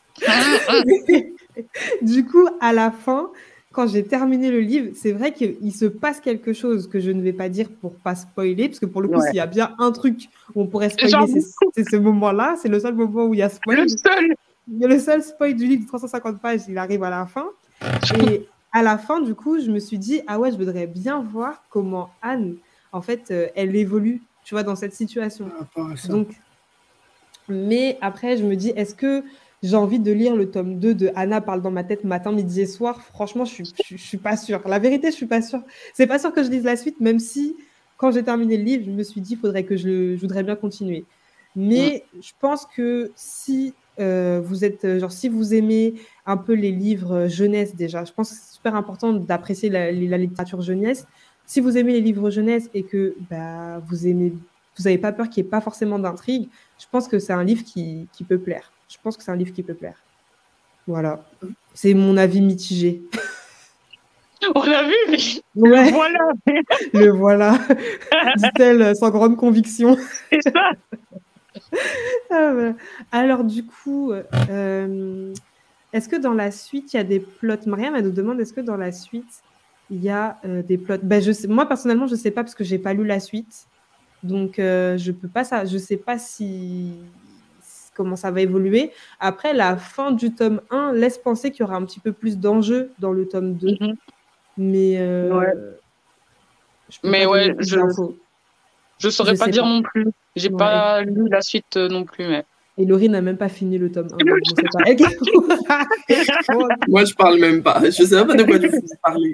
Du coup, à la fin, quand j'ai terminé le livre, c'est vrai qu'il se passe quelque chose que je ne vais pas dire pour pas spoiler, parce que pour le coup, Ouais. s'il y a bien un truc où on pourrait spoiler, Genre, c'est, c'est ce moment-là. C'est le seul moment où il y a spoil. le seul. Il y a le seul spoil du livre de trois cent cinquante pages, il arrive à la fin. Et à la fin, du coup, je me suis dit, ah ouais, je voudrais bien voir comment Anne, en fait, euh, elle évolue, tu vois, dans cette situation. Par rapport à ça. Donc, mais après, je me dis, est-ce que j'ai envie de lire le tome deux de Anna parle dans ma tête matin, midi et soir? Franchement, je suis, je, je suis pas sûre. La vérité, je suis pas sûre. C'est pas sûr que je lise la suite, même si quand j'ai terminé le livre, je me suis dit, faudrait que je, le, je voudrais bien continuer. Mais mmh. je pense que si euh, vous êtes, genre, si vous aimez un peu les livres jeunesse déjà, je pense que c'est super important d'apprécier la, la littérature jeunesse. Si vous aimez les livres jeunesse et que bah, vous aimez, vous n'avez pas peur qu'il n'y ait pas forcément d'intrigue, je pense que c'est un livre qui, qui peut plaire. Je pense que c'est un livre qui peut plaire. Voilà. C'est mon avis mitigé. On l'a vu, mais ouais. le voilà. Le voilà, dit-elle sans grande conviction. C'est ça. Ah, voilà. Alors du coup, euh, est-ce que dans la suite, il y a des plots? Mariam, elle nous demande, est-ce que dans la suite, il y a euh, des plots? Ben, je sais, moi, personnellement, je ne sais pas parce que je n'ai pas lu la suite. Donc, euh, je peux pas ça, je ne sais pas si... comment ça va évoluer. Après, la fin du tome un laisse penser qu'il y aura un petit peu plus d'enjeux dans le tome deux. Mm-hmm. Mais, euh, ouais. je peux mais pas ouais, je ne saurais je pas dire pas. non plus. J'ai ouais. pas lu la suite euh, non plus. Mais... Et Laurie n'a même pas fini le tome un. Donc bon, c'est pas elle. Moi, je parle même pas. Je ne sais pas de quoi tu veux parler.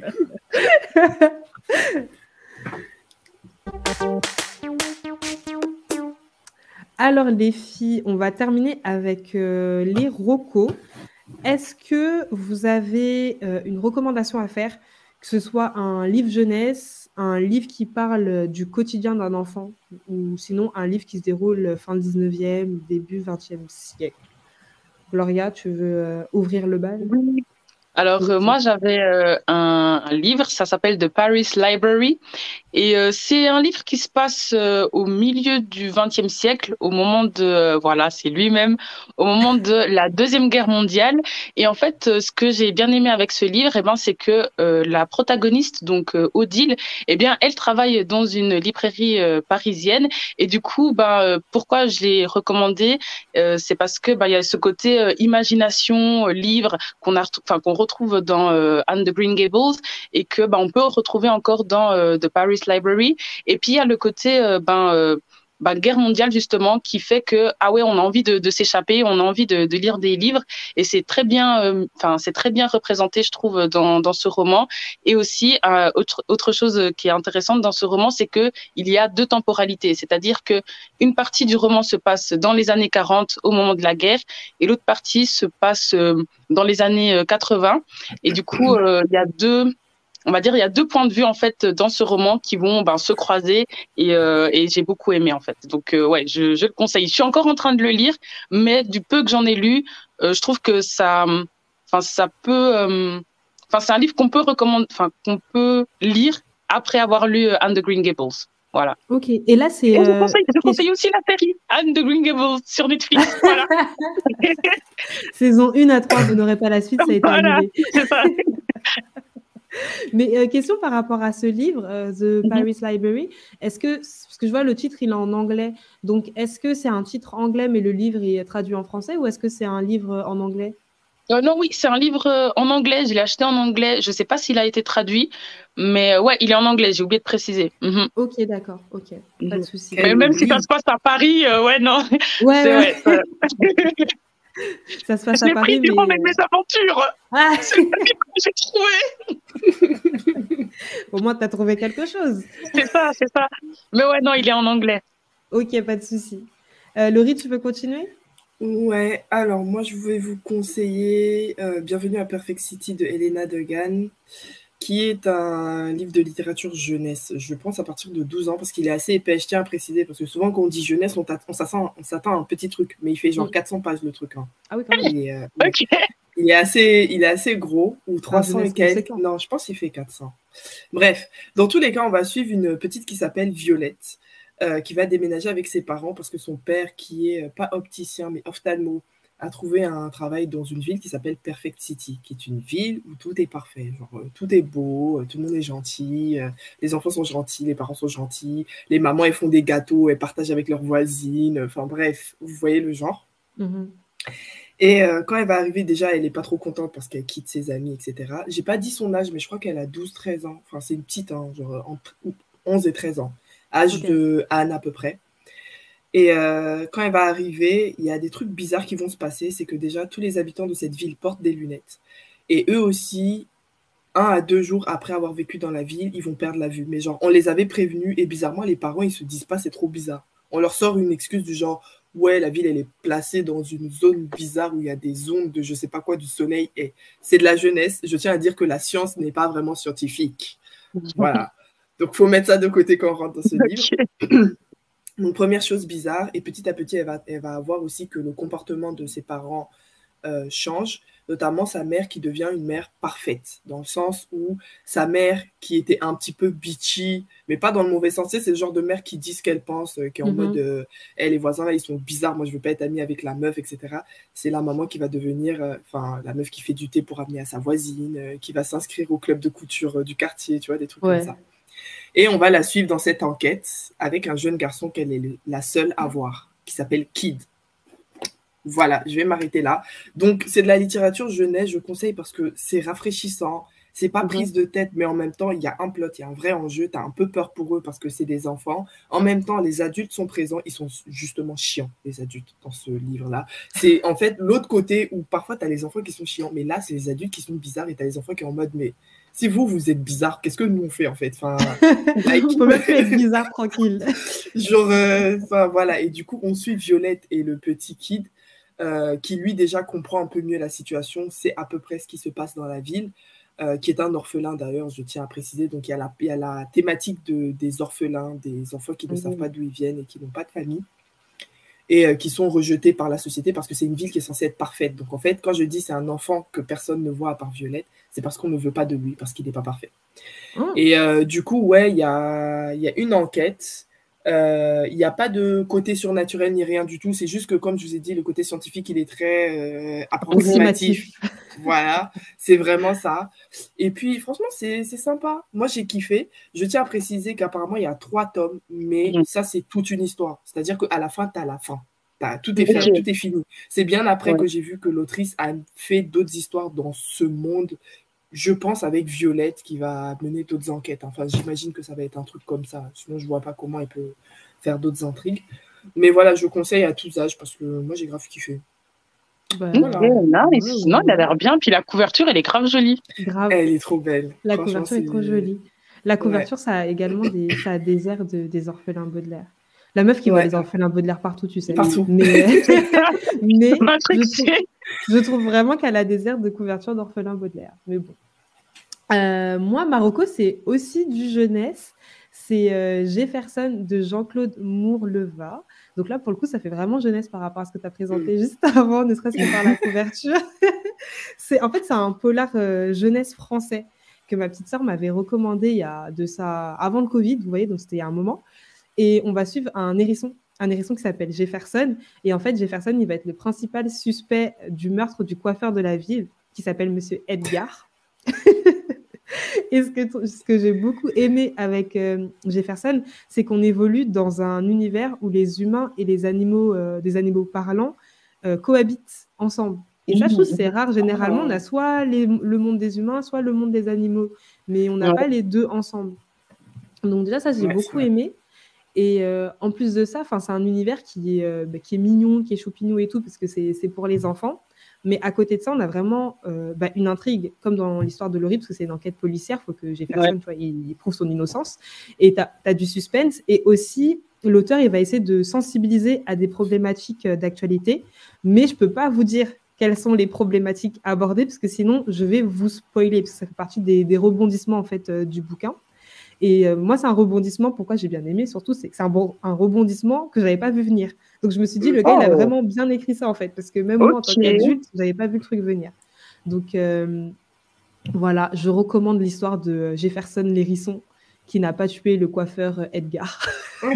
Alors les filles, on va terminer avec euh, les recos. Est-ce que vous avez euh, une recommandation à faire, que ce soit un livre jeunesse, un livre qui parle du quotidien d'un enfant, ou sinon un livre qui se déroule fin dix-neuvième, début vingtième siècle? Gloria, tu veux euh, ouvrir le bal? Oui. Alors, euh, moi, j'avais euh, un, un livre, ça s'appelle The Paris Library. Et euh, c'est un livre qui se passe euh, au milieu du vingtième siècle, au moment de, euh, voilà, c'est lui-même, au moment de la Deuxième Guerre mondiale. Et en fait, euh, ce que j'ai bien aimé avec ce livre, eh ben, c'est que euh, la protagoniste, donc euh, Odile, eh bien, elle travaille dans une librairie euh, parisienne. Et du coup, bah, euh, pourquoi je l'ai recommandé, euh, c'est parce que bah, y a ce côté euh, imagination, euh, livre qu'on a, enfin, qu'on retrouve dans euh, Anne de Green Gables et que bah, on peut retrouver encore dans euh, The Paris Library. Et puis il y a le côté euh, ben, euh, ben, guerre mondiale justement qui fait que ah ouais on a envie de, de s'échapper, on a envie de, de lire des livres et c'est très bien, enfin euh, c'est très bien représenté je trouve dans, dans ce roman. Et aussi euh, autre autre chose qui est intéressante dans ce roman, c'est que il y a deux temporalités, c'est-à-dire que une partie du roman se passe dans les années quarante au moment de la guerre et l'autre partie se passe euh, dans les années quatre-vingts. Et du coup euh, il y a deux on va dire, il y a deux points de vue en fait dans ce roman qui vont ben, se croiser et, euh, et j'ai beaucoup aimé en fait. Donc euh, ouais, je, je le conseille. Je suis encore en train de le lire, mais du peu que j'en ai lu, euh, je trouve que ça, enfin ça peut, enfin euh, c'est un livre qu'on peut recommander, enfin qu'on peut lire après avoir lu euh, Anne de Green Gables. Voilà. Ok. Et là c'est. Et je, euh... conseille, je conseille aussi la série Anne de Green Gables sur Netflix. Voilà. Saison un à trois, vous n'aurez pas la suite, ça a été voilà, annulé. C'est ça. Mais euh, question par rapport à ce livre, euh, The Paris mm-hmm. Library, est-ce que, parce que je vois le titre, il est en anglais, donc est-ce que c'est un titre anglais mais le livre est traduit en français ou est-ce que c'est un livre en anglais? euh, Non, oui, c'est un livre euh, en anglais, je l'ai acheté en anglais, je ne sais pas s'il a été traduit, mais euh, ouais, il est en anglais, j'ai oublié de préciser. Mm-hmm. Ok, d'accord, ok, mm-hmm. pas de souci. Mais même si ça se passe à Paris, euh, ouais, non. Ouais, c'est ouais. vrai. Ça se passe je à Paris, mais... Je l'ai pris durant mes aventures. Ah. C'est le livre que j'ai trouvé. Au moins, tu as trouvé quelque chose. C'est ça, c'est ça. Mais ouais, non, il est en anglais. Ok, pas de souci. Euh, Laurie, tu veux continuer? Ouais, alors moi, je vais vous conseiller euh, Bienvenue à Perfect City de Elena Degan, qui est un livre de littérature jeunesse, je pense à partir de douze ans, parce qu'il est assez épais, je tiens à préciser, parce que souvent quand on dit jeunesse, on, on s'attend à un petit truc, mais il fait genre quatre cents pages le truc. Hein. Ah oui, quand même. Il est, euh, okay. il, est assez, il est assez gros, ou trois cents ah, et quelques. Non, je pense qu'il fait quatre cents. Bref, dans tous les cas, on va suivre une petite qui s'appelle Violette, euh, qui va déménager avec ses parents, parce que son père, qui est pas opticien, mais ophtalmo, a trouvé un travail dans une ville qui s'appelle Perfect City, qui est une ville où tout est parfait. Genre, euh, tout est beau, euh, tout le monde est gentil, euh, les enfants sont gentils, les parents sont gentils, les mamans, elles font des gâteaux, elles partagent avec leurs voisines. Enfin bref, vous voyez le genre. Mm-hmm. Et euh, quand elle va arriver, déjà, elle n'est pas trop contente parce qu'elle quitte ses amis, et cetera. J'ai pas dit son âge, mais je crois qu'elle a douze treize ans. Enfin, c'est une petite, hein, genre entre onze et treize ans. Âge okay. de Anne à peu près. Et euh, quand elle va arriver, il y a des trucs bizarres qui vont se passer. C'est que déjà, tous les habitants de cette ville portent des lunettes. Et eux aussi un à deux jours après avoir vécu dans la ville, ils vont perdre la vue. Mais genre, on les avait prévenus et bizarrement, les parents, ils se disent pas, c'est trop bizarre. On leur sort une excuse du genre, ouais, la ville, elle est placée dans une zone bizarre où il y a des ondes de je sais pas quoi du soleil. Et c'est de la jeunesse. Je tiens à dire que la science n'est pas vraiment scientifique. Voilà. Donc, faut mettre ça de côté quand on rentre dans ce livre. Donc, première chose bizarre, et petit à petit, elle va, elle va voir aussi que le comportement de ses parents euh, change, notamment sa mère qui devient une mère parfaite, dans le sens où sa mère qui était un petit peu bitchy, mais pas dans le mauvais sens, c'est le genre de mère qui dit ce qu'elle pense, euh, qui est en mm-hmm. mode euh, hey, les voisins là ils sont bizarres, moi je veux pas être amie avec la meuf, et cetera. C'est la maman qui va devenir, enfin euh, la meuf qui fait du thé pour amener à sa voisine, euh, qui va s'inscrire au club de couture euh, du quartier, tu vois, des trucs ouais. comme ça. Et on va la suivre dans cette enquête avec un jeune garçon qu'elle est la seule à voir, qui s'appelle Kid. Voilà, je vais m'arrêter là. Donc, c'est de la littérature jeunesse, je conseille parce que c'est rafraîchissant, c'est pas prise de tête, mais en même temps, il y a un plot, il y a un vrai enjeu, t'as un peu peur pour eux parce que c'est des enfants. En même temps, les adultes sont présents, ils sont justement chiants, les adultes, dans ce livre-là. C'est en fait l'autre côté où parfois t'as les enfants qui sont chiants, mais là, c'est les adultes qui sont bizarres et t'as les enfants qui sont en mode, mais si vous, vous êtes bizarre, qu'est-ce que nous on fait en fait enfin, like... On peut même être bizarre tranquille. Genre, enfin euh, voilà, et du coup, on suit Violette et le petit Kid. Euh, qui lui déjà comprend un peu mieux la situation, c'est à peu près ce qui se passe dans la ville, euh, qui est un orphelin d'ailleurs, je tiens à préciser, donc il y a la, il y a la thématique de, des orphelins, des enfants qui ne mmh. savent pas d'où ils viennent et qui n'ont pas de famille, et euh, qui sont rejetés par la société parce que c'est une ville qui est censée être parfaite. Donc en fait, quand je dis c'est un enfant que personne ne voit à part Violette, c'est parce qu'on ne veut pas de lui, parce qu'il n'est pas parfait. Mmh. Et euh, du coup, ouais, il y a, y a une enquête. Il euh, n'y a pas de côté surnaturel ni rien du tout. C'est juste que, comme je vous ai dit, le côté scientifique, il est très euh, approximatif. Voilà, c'est vraiment ça. Et puis, franchement, c'est, c'est sympa. Moi, j'ai kiffé. Je tiens à préciser qu'apparemment, il y a trois tomes, mais mmh. ça, c'est toute une histoire. C'est-à-dire qu'à la fin, tu as la fin. T'as, tout est fait, okay. tout est fini. C'est bien après ouais. que j'ai vu que l'autrice a fait d'autres histoires dans ce monde. Je pense avec Violette qui va mener d'autres enquêtes. Enfin, j'imagine que ça va être un truc comme ça. Sinon, je vois pas comment elle peut faire d'autres intrigues. Mais voilà, je conseille à tous âges parce que moi, j'ai grave kiffé. Bah, voilà. Okay, nice. Non, il a l'air bien. Puis la couverture, elle est grave jolie. Grave. Elle est trop belle. La couverture c'est... est trop jolie. La couverture, ouais. ça a également des, ça a des airs de, des orphelins Baudelaire. La meuf qui ouais. voit les orphelins Baudelaire partout, tu sais. Partout. Mais, mais je, trouve, je trouve vraiment qu'elle a des airs de couverture d'orphelins Baudelaire. Mais bon. Euh, moi, Marocco, c'est aussi du jeunesse. C'est euh, Jefferson de Jean-Claude Mourleva. Donc là, pour le coup, ça fait vraiment jeunesse par rapport à ce que tu as présenté juste avant, ne serait-ce que par la couverture. c'est, en fait, c'est un polar euh, jeunesse français que ma petite sœur m'avait recommandé il y a de ça avant le Covid, vous voyez, donc c'était il y a un moment. Et on va suivre un hérisson, un hérisson qui s'appelle Jefferson. Et en fait, Jefferson, il va être le principal suspect du meurtre du coiffeur de la ville, qui s'appelle Monsieur Edgar. Et ce que, ce que j'ai beaucoup aimé avec euh, Jefferson, c'est qu'on évolue dans un univers où les humains et les animaux, euh, des animaux parlants, euh, cohabitent ensemble. Et ça, je trouve que c'est rare. Généralement, on a soit les, le monde des humains, soit le monde des animaux, mais on n'a ouais. pas les deux ensemble. Donc déjà, ça, j'ai ouais, beaucoup aimé. Et euh, en plus de ça, c'est un univers qui est, euh, bah, qui est mignon, qui est choupignou et tout, parce que c'est, c'est pour les enfants. Mais à côté de ça, on a vraiment euh, bah, une intrigue, comme dans l'histoire de Laurie, parce que c'est une enquête policière, il faut que Jefferson, ouais. tu vois, il, il prouve son innocence. Et tu as du suspense. Et aussi, l'auteur, il va essayer de sensibiliser à des problématiques d'actualité. Mais je ne peux pas vous dire quelles sont les problématiques abordées, parce que sinon, je vais vous spoiler, parce que ça fait partie des, des rebondissements en fait, euh, du bouquin. Et euh, moi, c'est un rebondissement. Pourquoi j'ai bien aimé, surtout, c'est que c'est un, bon, un rebondissement que je n'avais pas vu venir. Donc, je me suis dit, le gars, oh. il a vraiment bien écrit ça, en fait. Parce que même okay. moi, en tant qu'adulte, je n'avais pas vu le truc venir. Donc, euh, voilà, je recommande l'histoire de Jefferson l'hérisson qui n'a pas tué le coiffeur Edgar. Ça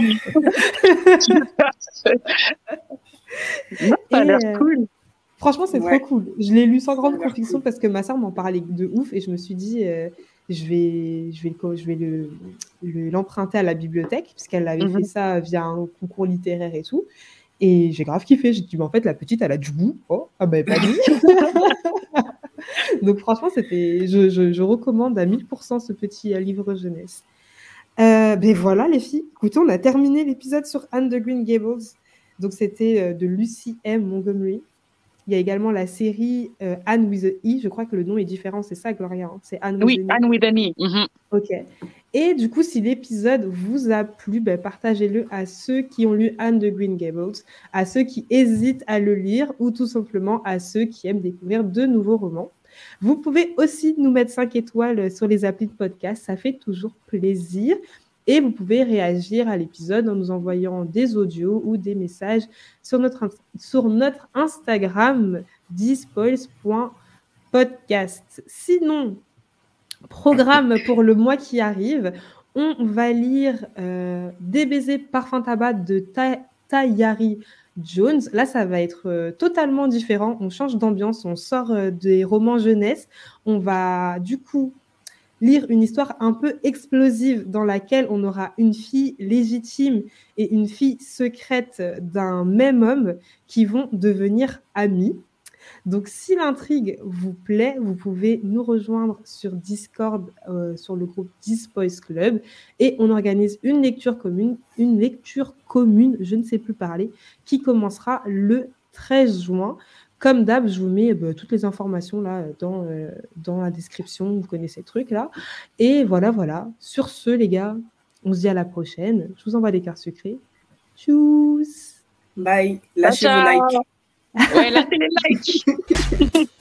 a l'air euh, cool. Franchement, c'est ouais. trop cool. Je l'ai lu sans grande conviction cool. parce que ma sœur m'en parlait de ouf et je me suis dit... Euh, je vais, je vais, le, je vais le, le, l'emprunter à la bibliothèque, puisqu'elle avait mm-hmm. fait ça via un concours littéraire et tout. Et j'ai grave kiffé. J'ai dit, mais en fait, la petite, elle a du goût. Oh, ah ben, pas dit. Donc, franchement, c'était, je, je, je recommande à mille pour cent ce petit euh, livre jeunesse. Euh, ben voilà, les filles. Écoutez, on a terminé l'épisode sur Anne de Green Gables. Donc, c'était euh, de Lucy M. Montgomery. Il y a également la série euh, Anne with a E. Je crois que le nom est différent. C'est ça, Gloria, hein? C'est Anne with Oui, a E. Anne with an E. Mhm. Ok. Et du coup, si l'épisode vous a plu, ben, partagez-le à ceux qui ont lu Anne de Green Gables, à ceux qui hésitent à le lire ou tout simplement à ceux qui aiment découvrir de nouveaux romans. Vous pouvez aussi nous mettre cinq étoiles sur les applis de podcast, ça fait toujours plaisir. Et vous pouvez réagir à l'épisode en nous envoyant des audios ou des messages sur notre, sur notre Instagram dispoils point podcast. Sinon, programme pour le mois qui arrive, on va lire euh, Des baisers parfum tabac de Ta- Tayari Jones. Là, ça va être euh, totalement différent. On change d'ambiance, on sort euh, des romans jeunesse. On va du coup lire une histoire un peu explosive dans laquelle on aura une fille légitime et une fille secrète d'un même homme qui vont devenir amis. Donc, si l'intrigue vous plaît, vous pouvez nous rejoindre sur Discord, euh, sur le groupe Dispoils Club, et on organise une lecture commune, une lecture commune, je ne sais plus parler, qui commencera le treize juin. Comme d'hab, je vous mets bah, toutes les informations là dans, euh, dans la description, vous connaissez le truc là. Et voilà, voilà. Sur ce, les gars, on se dit à la prochaine. Je vous envoie des cartes secrets. Tchuss. Bye. Lâchez Ciao. vos likes. Ouais, lâchez les likes.